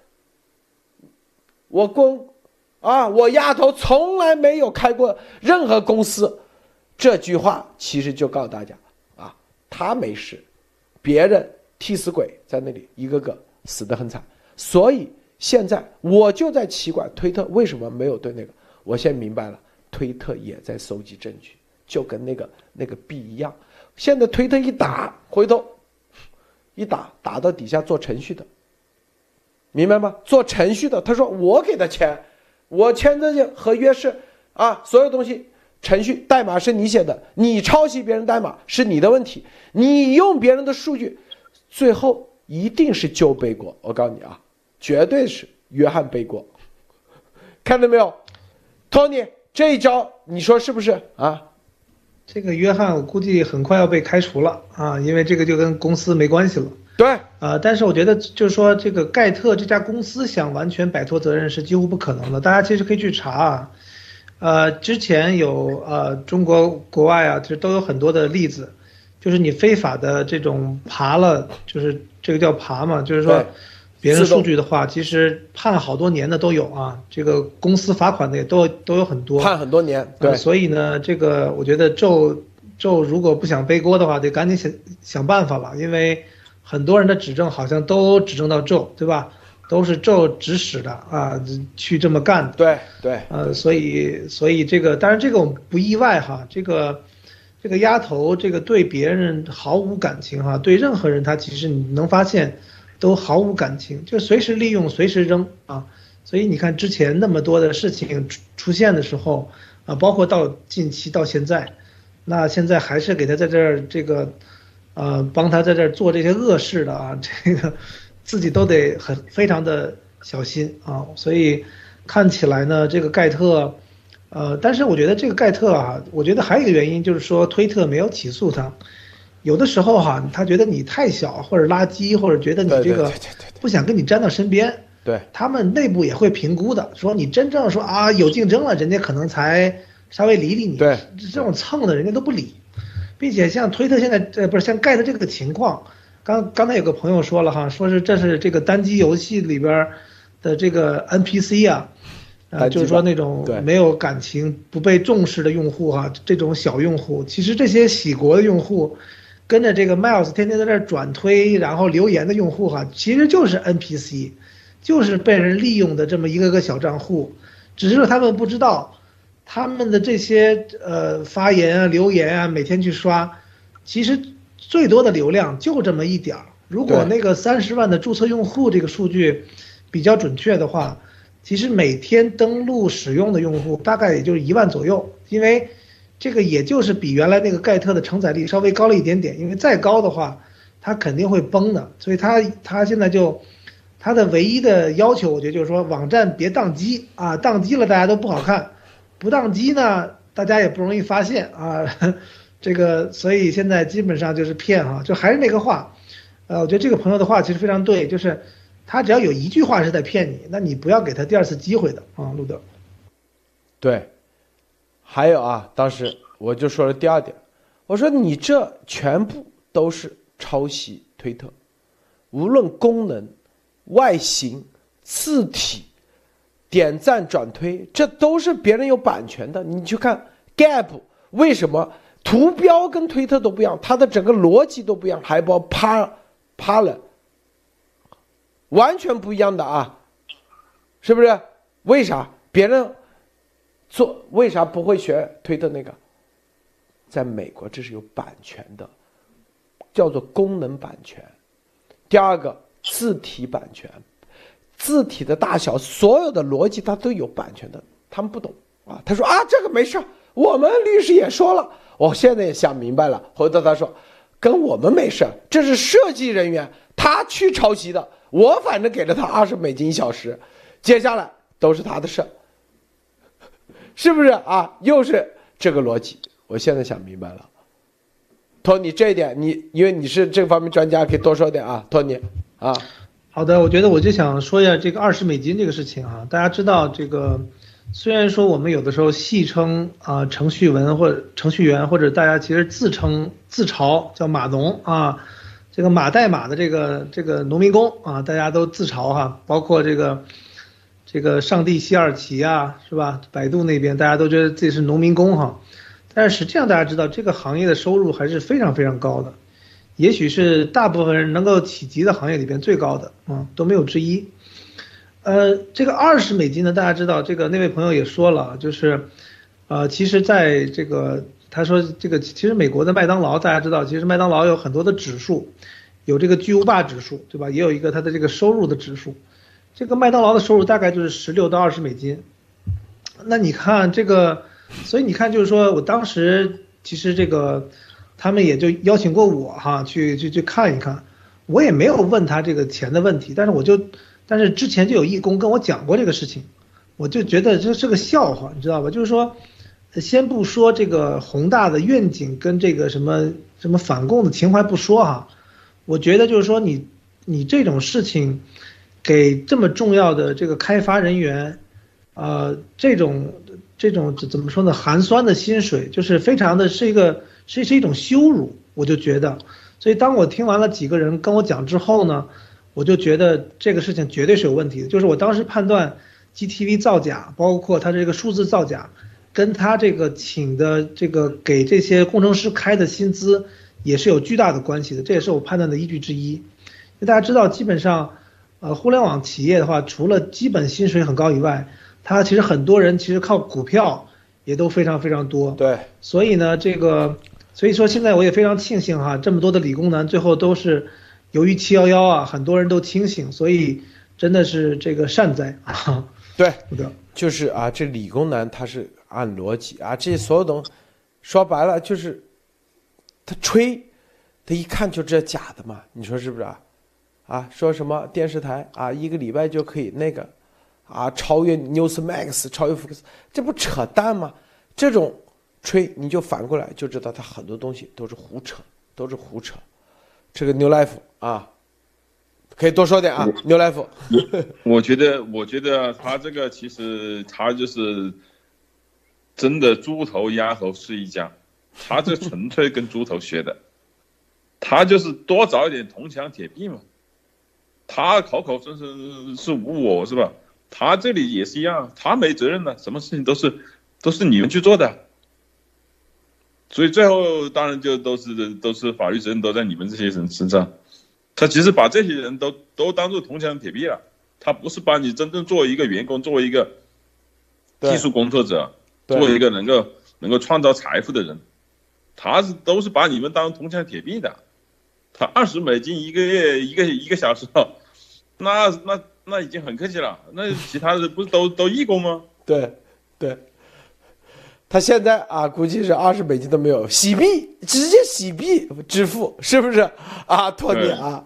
我丫头从来没有开过任何公司。这句话其实就告诉大家啊，他没事，别人替死鬼在那里一个个死得很惨。所以现在我就在奇怪，推特为什么没有对那个？我现在明白了，推特也在搜集证据，就跟那个币一样。现在推特一打，回头一打到底下做程序的，明白吗？做程序的，他说我给的钱，我签的合约是啊，所有东西程序代码是你写的，你抄袭别人代码是你的问题，你用别人的数据，最后一定是就背锅。我告诉你啊，绝对是约翰背锅，看到没有？托尼这一招你说是不是啊？ 这个约翰我估计很快要被开除了啊，因为这个就跟公司没关系了。 对， 但是我觉得就是说这个盖特这家公司想完全摆脱责任是几乎不可能的。大家其实可以去查之前有中国国外啊，其实都有很多的例子，就是你非法的这种爬了，就是这个叫爬嘛，就是说别人数据的话，其实判好多年的都有啊，这个公司罚款的也都有很多， 判很多年。对， 所以呢，这个我觉得纣如果不想背锅的话，得赶紧想办法了，因为很多人的指证好像都指证到纣，对吧？都是纣指使的啊，去这么干的。 对， 所以这个当然这个我们不意外哈，这个丫头这个对别人毫无感情哈，对任何人他其实你能发现。都毫无感情，就随时利用，随时扔啊！所以你看之前那么多的事情出现的时候啊，包括到近期到现在，那现在还是给他在这儿这个，帮他在这儿做这些恶事的啊，这个自己都得非常的小心啊。所以看起来呢，这个盖特，但是我觉得这个盖特啊，我觉得还有一个原因就是说推特没有起诉他。有的时候哈，他觉得你太小或者垃圾，或者觉得你这个不想跟你沾到身边， 对， 他们内部也会评估的，说你真正说啊有竞争了，人家可能才稍微理你， 对， 这种蹭的人家都不理，并且像推特现在不是像盖的这个情况，刚才有个朋友说了哈，说是这是这个单机游戏里边的这个 NPC 啊，就是说那种没有感情、不被重视的用户哈，这种小用户，其实这些洗国的用户。跟着这个 Miles 天天在这转推，然后留言的用户哈，其实就是 NPC， 就是被人利用的这么一个个小账户，只是说他们不知道，他们的这些发言啊、留言啊，每天去刷，其实最多的流量就这么一点儿。如果那个30万的注册用户这个数据比较准确的话， 其实每天登录使用的用户大概也就是1万左右，因为这个也就是比原来那个盖特的承载力稍微高了一点点，因为再高的话它肯定会崩的，所以它现在就它的唯一的要求，我觉得就是说网站别宕机啊，宕机了大家都不好看，不宕机呢大家也不容易发现啊，这个所以现在基本上就是骗哈，就还是那个话，我觉得这个朋友的话其实非常对，就是他只要有一句话是在骗你，那你不要给他第2次机会的啊，路德。 对，还有啊，当时我就说了第2点，我说你这全部都是抄袭推特，无论功能、外形、字体、点赞、转推，这都是别人有版权的。你去看 Gap 为什么图标跟推特都不一样，它的整个逻辑都不一样，还包趴了，完全不一样的啊，是不是？为啥别人做为啥不会学推特那个？在美国这是有版权的，叫做功能版权。第2个字体版权，字体的大小所有的逻辑它都有版权的，他们不懂啊。他说啊这个没事，我们律师也说了，我现在也想明白了。回头他说跟我们没事，这是设计人员他去抄袭的，我反正给了他$201小时，接下来都是他的事，是不是啊？又是这个逻辑，我现在想明白了。托尼这一点你因为你是这方面专家，可以多说点啊，托尼啊。 好的，我觉得我就想说一下这个$20这个事情啊。大家知道这个，虽然说我们有的时候戏称啊程序员或者大家其实自嘲叫码农啊，这个码代码的这个农民工啊，大家都自嘲哈，包括这个上帝西二旗啊，是吧？百度那边大家都觉得自己是农民工哈。但是实际上大家知道，这个行业的收入还是非常非常高的，也许是大部分人能够企及的行业里边最高的都没有之一。这个$20呢，大家知道，这个那位朋友也说了，就是其实在这个他说这个其实美国的麦当劳大家知道，其实麦当劳有很多的指数，有这个巨无霸指数，对吧？也有一个它的这个收入的指数，这个麦当劳的收入大概就是$16到$20。那你看这个。所以你看，就是说我当时其实这个他们也就邀请过我哈，去看一看，我也没有问他这个钱的问题，但是之前就有义工跟我讲过这个事情，我就觉得这是个笑话，你知道吧？就是说，先不说这个宏大的愿景跟这个什么反共的情怀不说哈，我觉得就是说你这种事情给这么重要的这个开发人员，这种怎么说呢？寒酸的薪水，就是非常的是一种羞辱，我就觉得。所以当我听完了几个人跟我讲之后呢，我就觉得这个事情绝对是有问题的。就是我当时判断 GTV 造假，包括他这个数字造假，跟他这个请的这个给这些工程师开的薪资也是有巨大的关系的，这也是我判断的依据之一。因为大家知道，基本上，互联网企业的话，除了基本薪水很高以外，他其实很多人其实靠股票也都非常非常多， 对， 所以呢，所以说现在我也非常庆幸哈，这么多的理工男最后都是由于711啊，很多人都清醒，所以真的是这个善哉啊。 对，就是啊，这理工男他是按逻辑啊，这些所有东西说白了就是他吹，他一看就知道假的嘛，你说是不是啊？啊，说什么电视台啊，1个礼拜就可以那个。啊，超越 Newsmax， 超越福克斯，这不扯淡吗？这种吹你就反过来就知道他很多东西都是胡扯，都是胡扯。这个 New Life 啊，可以多说点啊 ，New Life。 我觉得他这个其实他就是真的猪头鸭头是一家，他这纯粹跟猪头学的，他就是多找一点铜墙铁壁嘛。他口声声是无我是吧？他这里也是一样，他没责任的，什么事情都是你们去做的，所以最后当然就都是法律责任都在你们这些人身上。他其实把这些人都当做铜墙铁壁了，他不是把你真正作为一个员工，作为一个技术工作者，作为一个能够创造财富的人，他都是把你们当铜墙铁壁的。他$20一个月一个小时，那那已经很客气了。那其他的不是都义工吗？ 对，对。他现在啊，估计是$20都没有，洗币直接洗币支付，是不是啊，托尼啊？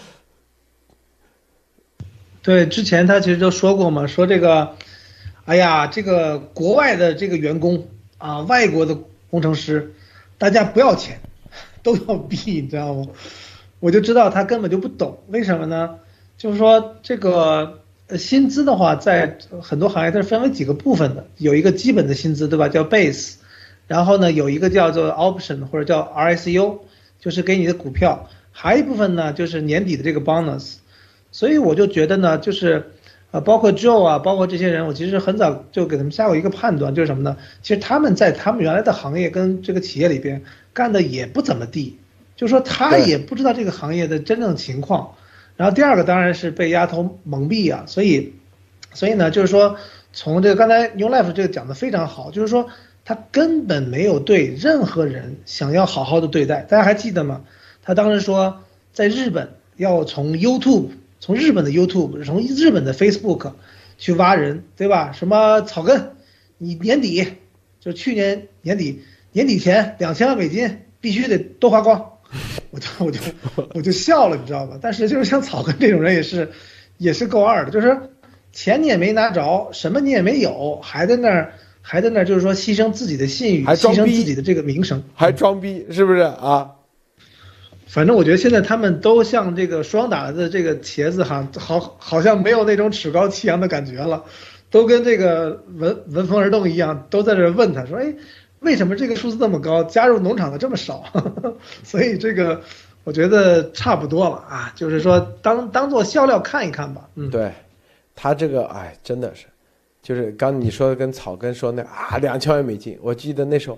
对，之前他其实都说过嘛，说这个，哎呀，这个国外的这个员工啊，外国的工程师，大家不要钱，都要币，你知道吗？我就知道他根本就不懂，为什么呢？就是说这个薪资的话，在很多行业它是分为几个部分的，有一个基本的薪资，对吧？叫 base， 然后呢有一个叫做 option 或者叫 RSU， 就是给你的股票，还有一部分呢就是年底的这个 bonus。所以我就觉得呢，就是包括 Joe 啊，包括这些人，我其实很早就给他们下过一个判断，就是什么呢？其实他们在他们原来的行业跟这个企业里边干的也不怎么地，就是说他也不知道这个行业的真正情况。然后第二个当然是被丫头蒙蔽啊，所以呢，就是说从这个刚才 New Life 这个讲的非常好，就是说他根本没有对任何人想要好好的对待。大家还记得吗？他当时说在日本要从日本的 YouTube， 从日本的 Facebook 去挖人，对吧？什么草根，你年底就去年年底前$2000万必须得都花光，我就笑了，你知道吧？但是就是像草根这种人也是够二的，就是钱你也没拿着，什么你也没有，还在那儿就是说牺牲自己的信誉，牺牲自己的这个名声， 还装逼，是不是啊？ 反正我觉得现在他们都像这个双打的这个茄子哈，好像没有那种趾高气扬的感觉了，都跟这个闻风而动一样，都在这问他说，哎，为什么这个数字这么高，加入农场的这么少？所以这个我觉得差不多了啊，就是说当做笑料看一看吧。 对，他这个哎真的是，就是刚你说的跟草根说那啊$2000万，我记得那时候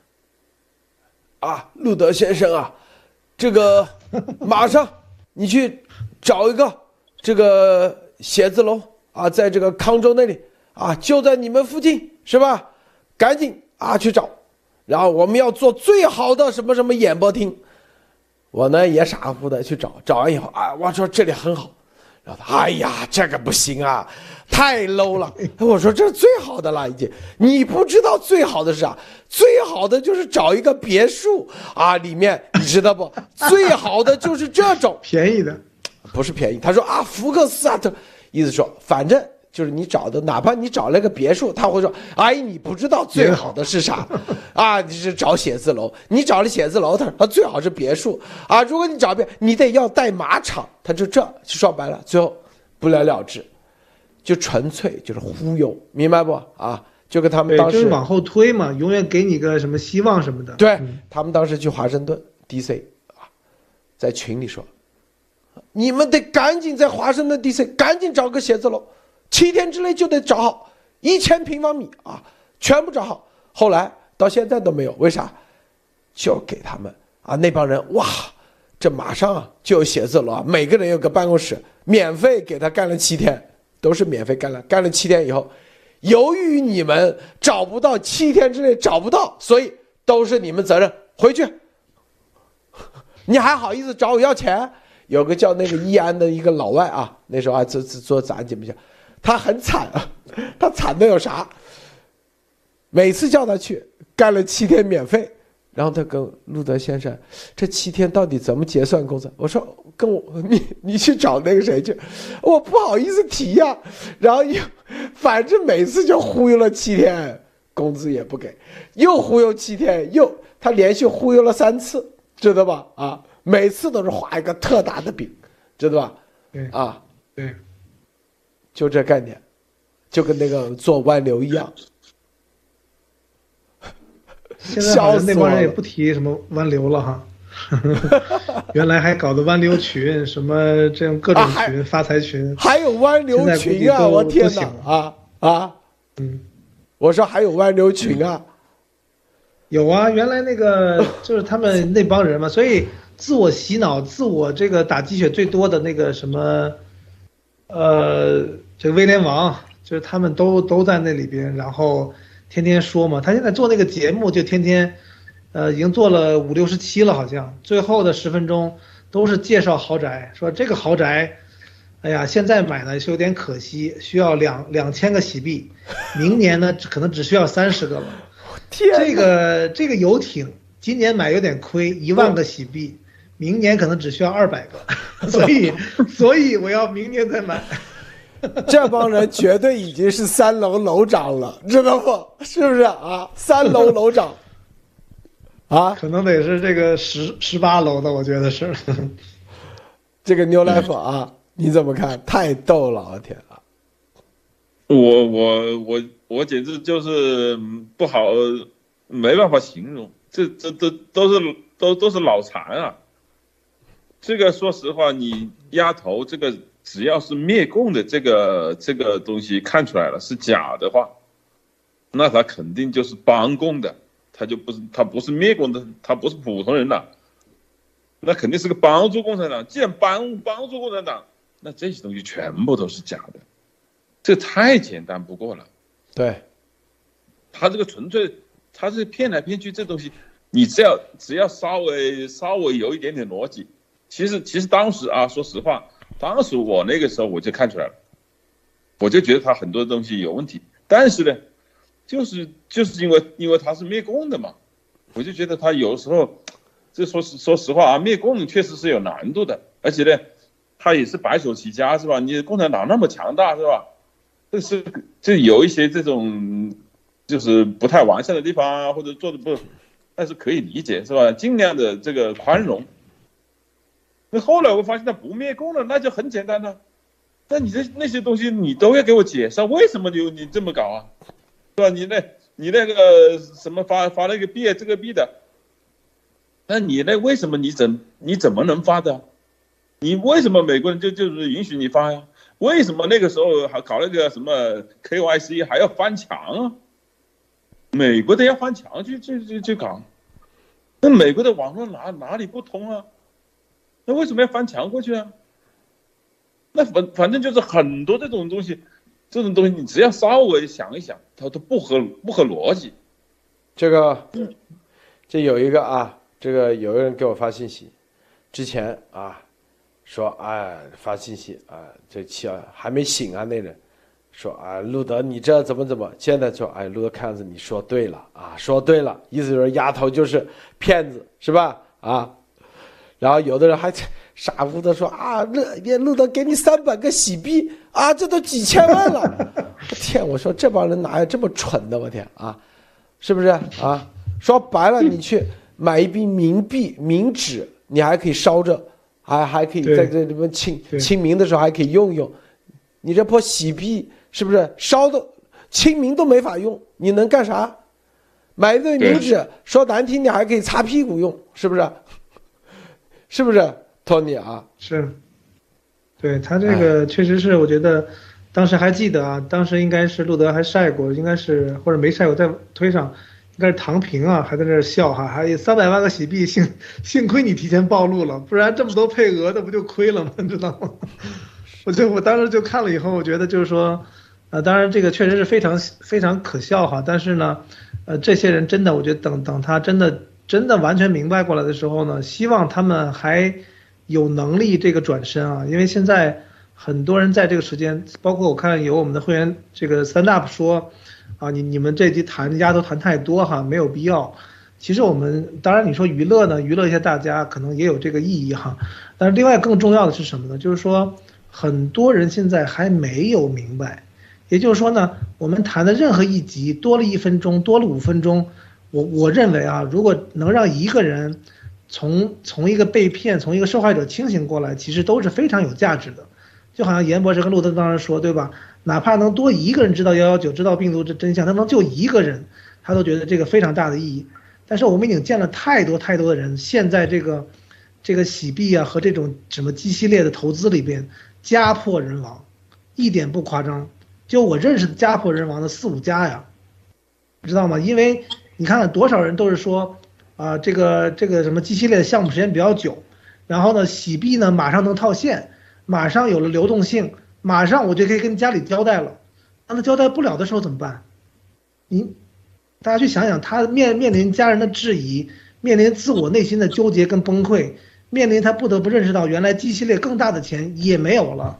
啊，路德先生啊。这个马上你去找一个这个写字楼啊，在这个康州那里啊，就在你们附近是吧？赶紧啊去找，然后我们要做最好的什么什么演播厅。我呢也傻乎乎的去找完以后啊，我说这里很好，然后他哎呀这个不行啊，太 low 了。我说这是最好的了已经，你不知道最好的是啥？最好的就是找一个别墅啊，里面你知道不？最好的就是这种便宜的， 不是便宜。他说啊，福克斯啊，这意思说反正就是你找的，哪怕你找了个别墅，他会说，哎，你不知道最好的是啥啊？你是找写字楼，你找了写字楼，他说最好是别墅啊。如果你找别，你得要带马场，他就说白了，最后不了了之，就纯粹就是忽悠，明白不啊？就跟他们当时就是往后推嘛，永远给你个什么希望什么的。 对，他们当时去华盛顿 DC 啊，在群里说，你们得赶紧在华盛顿 DC 赶紧找个写字楼，7天之内就得找好1000平方米啊，全部找好。后来到现在都没有，为啥？就给他们啊那帮人哇，这马上就有写字楼啊，每个人有个办公室，免费给他干了7天，都是免费干了7天以后。由于你们找不到7天之内找不到，所以都是你们责任。回去，你还好意思找我要钱？有个叫那个义安的一个老外啊，那时候还做咱节目下，他很惨啊，他惨的有啥？每次叫他去干了7天免费，然后他跟路德先生，这7天到底怎么结算工资？我说跟我你去找那个谁去，我不好意思提呀。然后反正每次就忽悠了7天，工资也不给，又忽悠7天，他连续忽悠了3次，知道吧？啊，每次都是画一个特大的饼，知道吧？ 对啊， 对， 就这概念，就跟那个做湾流一样。 现在好像那帮人也不提什么湾流了哈。原来还搞的湾流群，什么这种各种群、发财群， 还有湾流群啊！我天哪啊！我说还有湾流群啊， 有啊！原来那个就是他们那帮人嘛，所以自我洗脑、自我这个打鸡血最多的那个什么，这个威廉王，就是他们都在那里边，然后天天说嘛。他现在做那个节目就天天。已经做了5、6、7了，好像最后的10分钟都是介绍豪宅，说这个豪宅， 哎呀，现在买呢是有点可惜，需要2000个洗币，明年呢可能只需要30个了。 天， 这个游艇今年买有点亏，1万个洗币，明年可能只需要200个，所以我要明年再买。 这帮人绝对已经是3楼楼长了，知道不？是不是啊？3楼楼长啊， 可能得是这个18楼的，我觉得是。 这个 New Life 啊，你怎么看？太逗了，我天啊！ 我简直就是不好，没办法形容，这都是脑残啊！这个说实话，你丫头这个只要是灭共的这个东西看出来了是假的话，那他肯定就是帮共的，他不是灭共的，他不是普通人了，那肯定是个帮助共产党。既然帮助共产党，那这些东西全部都是假的，这太简单不过了。 对， 他这个纯粹，他是骗来骗去，这东西你只要稍微有一点点逻辑，其实当时啊，说实话，当时我那个时候我就看出来了，我就觉得他很多东西有问题，但是呢，就是因为他是灭共的嘛，我就觉得他有时候，这说实话啊，灭共确实是有难度的，而且呢，他也是白手起家是吧？你共产党那么强大是吧？这有一些这种就是不太完善的地方啊，或者做的不，但是可以理解是吧？尽量的这个宽容。那后来我发现他不灭共了，那就很简单了。那你那些东西你都要给我解释，为什么你这么搞啊？是吧？你那个什么发那个币这个币的，那你那为什么你怎么能发的？你为什么美国人就是允许你发呀？为什么那个时候还搞那个什么 KYC 还要翻墙啊？美国的要翻墙去搞，那美国的网络哪里不通啊？那为什么要翻墙过去啊？那反正就是很多这种东西你只要稍微想一想，它都不合逻辑。 这有一个啊，这个有个人给我发信息，之前啊。说哎，发信息啊，这期啊还没醒啊，那人说啊，路德你这怎么？现在说哎，路德看子你说对了啊，说对了，意思就是丫头就是骗子是吧？啊，然后有的人还傻乎的说啊，路德给你300个洗币啊，这都几千万了，天，我说这帮人哪有这么蠢的？我天啊，是不是啊？说白了，你去买一笔冥币冥纸，你还可以烧着。还可以在这里面清明的时候还可以用，你这破洗币是不是烧的清明都没法用？你能干啥？买一对冥纸，说难听点还可以擦屁股用，是不是？是不是，托尼啊？ 是，对他这个确实是，我觉得当时还记得啊，当时应该是路德还晒过，应该是或者没晒过，在推上。应该是唐平啊，还在那笑哈，还有300万个洗币，幸亏你提前暴露了，不然这么多配额的不就亏了吗？你知道吗？我当时就看了以后，我觉得就是说，当然这个确实是非常可笑哈，但是呢，这些人真的，我觉得等他真的完全明白过来的时候呢，希望他们还有能力这个转身啊，因为现在很多人在这个时间，包括我看有我们的会员这个 stand up 说。啊，你们这集丫头谈太多哈，没有必要。其实我们当然你说娱乐呢，娱乐一下大家可能也有这个意义哈。但是另外更重要的是什么呢？就是说很多人现在还没有明白，也就是说呢，我们谈的任何一集多了1分钟，多了5分钟，我认为啊，如果能让一个人从一个被骗，从一个受害者清醒过来，其实都是非常有价值的。就好像严博士跟路德当时说，对吧？哪怕能多一个人知道119，知道病毒这真相，他能救一个人，他都觉得这个非常大的意义。但是我们已经见了太多的人，现在这个洗币啊和这种什么基系列的投资里边家破人亡，一点不夸张。就我认识的家破人亡的4、5家呀，知道吗？因为你看看多少人都是说啊，这个什么基系列的项目时间比较久，然后呢洗币呢马上能套现，马上有了流动性。马上我就可以跟家里交代了，那他交代不了的时候怎么办？大家去想想，他面临家人的质疑，面临自我内心的纠结跟崩溃，面临他不得不认识到原来基系列更大的钱也没有了，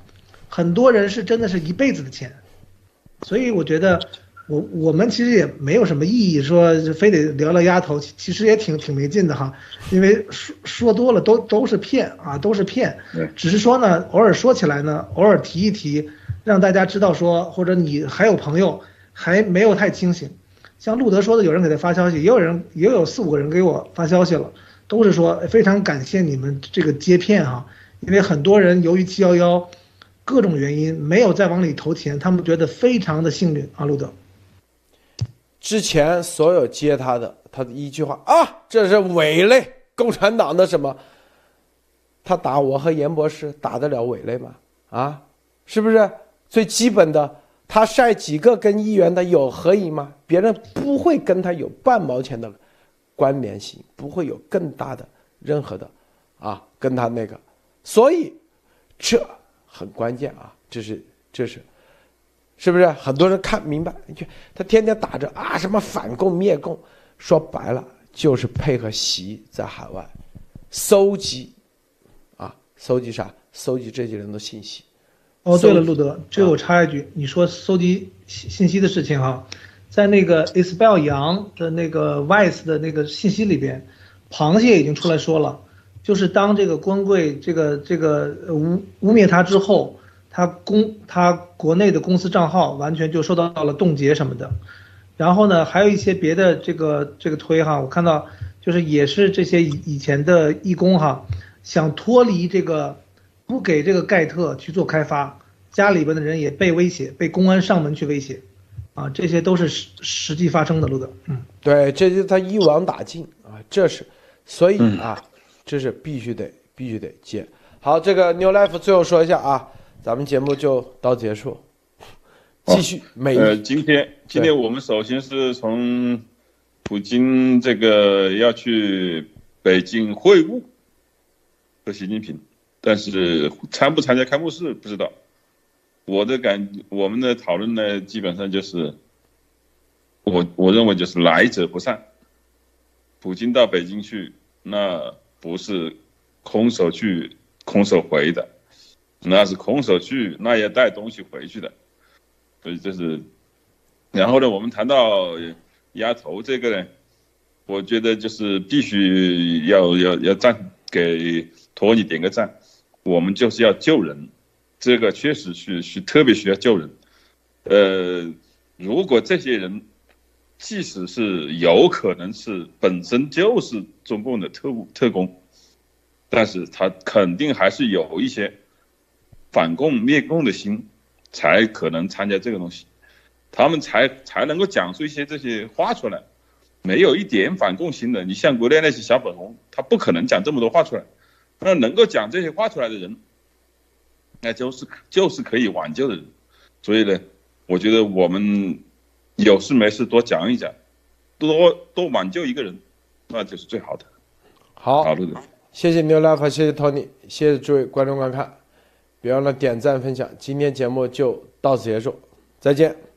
很多人是真的是一辈子的钱，所以我觉得我们其实也没有什么意义说非得聊聊丫头，其实也挺没劲的哈，因为说多了都是骗啊，都是骗。只是说呢，偶尔说起来呢，偶尔提一提，让大家知道说，或者你还有朋友还没有太清醒，像路德说的，有人给他发消息，也有4-5个人给我发消息了，都是说非常感谢你们这个接骗哈，因为很多人由于711各种原因没有再往里投钱，他们觉得非常的幸运啊，路德。 之前所有接他的一句话啊，这是伪类，共产党的什么？他打我和严博士打得了伪类吗？啊，是不是最基本的？他晒几个跟议员的有合影吗？别人不会跟他有半毛钱的关联性，不会有更大的任何的啊，跟他那个，所以这很关键啊，这是不是很多人看明白？他天天打着啊什么反共灭共，说白了就是配合习在海外搜集啥？搜集这些人的信息。 哦，对了，路德，这我插一句，你说搜集信息的事情哈，在那个 Isabel 杨的那个 Vice 的那个信息里边，螃蟹已经出来说了，就是当这个光贵这个污蔑他之后，他国内的公司账号完全就受到了冻结什么的，然后呢，还有一些别的这个推哈，我看到就是也是这些以前的义工哈，想脱离这个不给这个盖特去做开发，家里边的人也被威胁，被公安上门去威胁，啊，这些都是实际发生的，路德， 对，这就是他一网打尽啊，这是，所以啊，这是必须得接。好，这个 New Life 最后说一下啊。咱们节目就到结束，继续今天我们首先是从普京这个要去北京会晤和习近平，但是参不参加开幕式不知道。我们的讨论呢，基本上就是我认为就是来者不善。普京到北京去，那不是空手去空手回的。那是空手去，那也带东西回去的，所以这是。然后呢，我们谈到丫头这个呢，我觉得就是必须要给托尼点个赞，我们就是要救人，这个确实是特别需要救人。如果这些人即使是有可能是本身就是中共的特工，但是他肯定还是有一些反共灭共的心，才可能参加这个东西，他们才能够讲出一些这些话出来。没有一点反共心的，你像国内那些小粉红，他不可能讲这么多话出来。那能够讲这些话出来的人，那就是可以挽救的人。所以呢，我觉得我们有事没事多讲一讲，多挽救一个人，那就是最好的。 好，谢谢 New Life， 谢谢 Tony， 谢谢诸位观众观看。别忘了点赞分享，今天节目就到此结束，再见。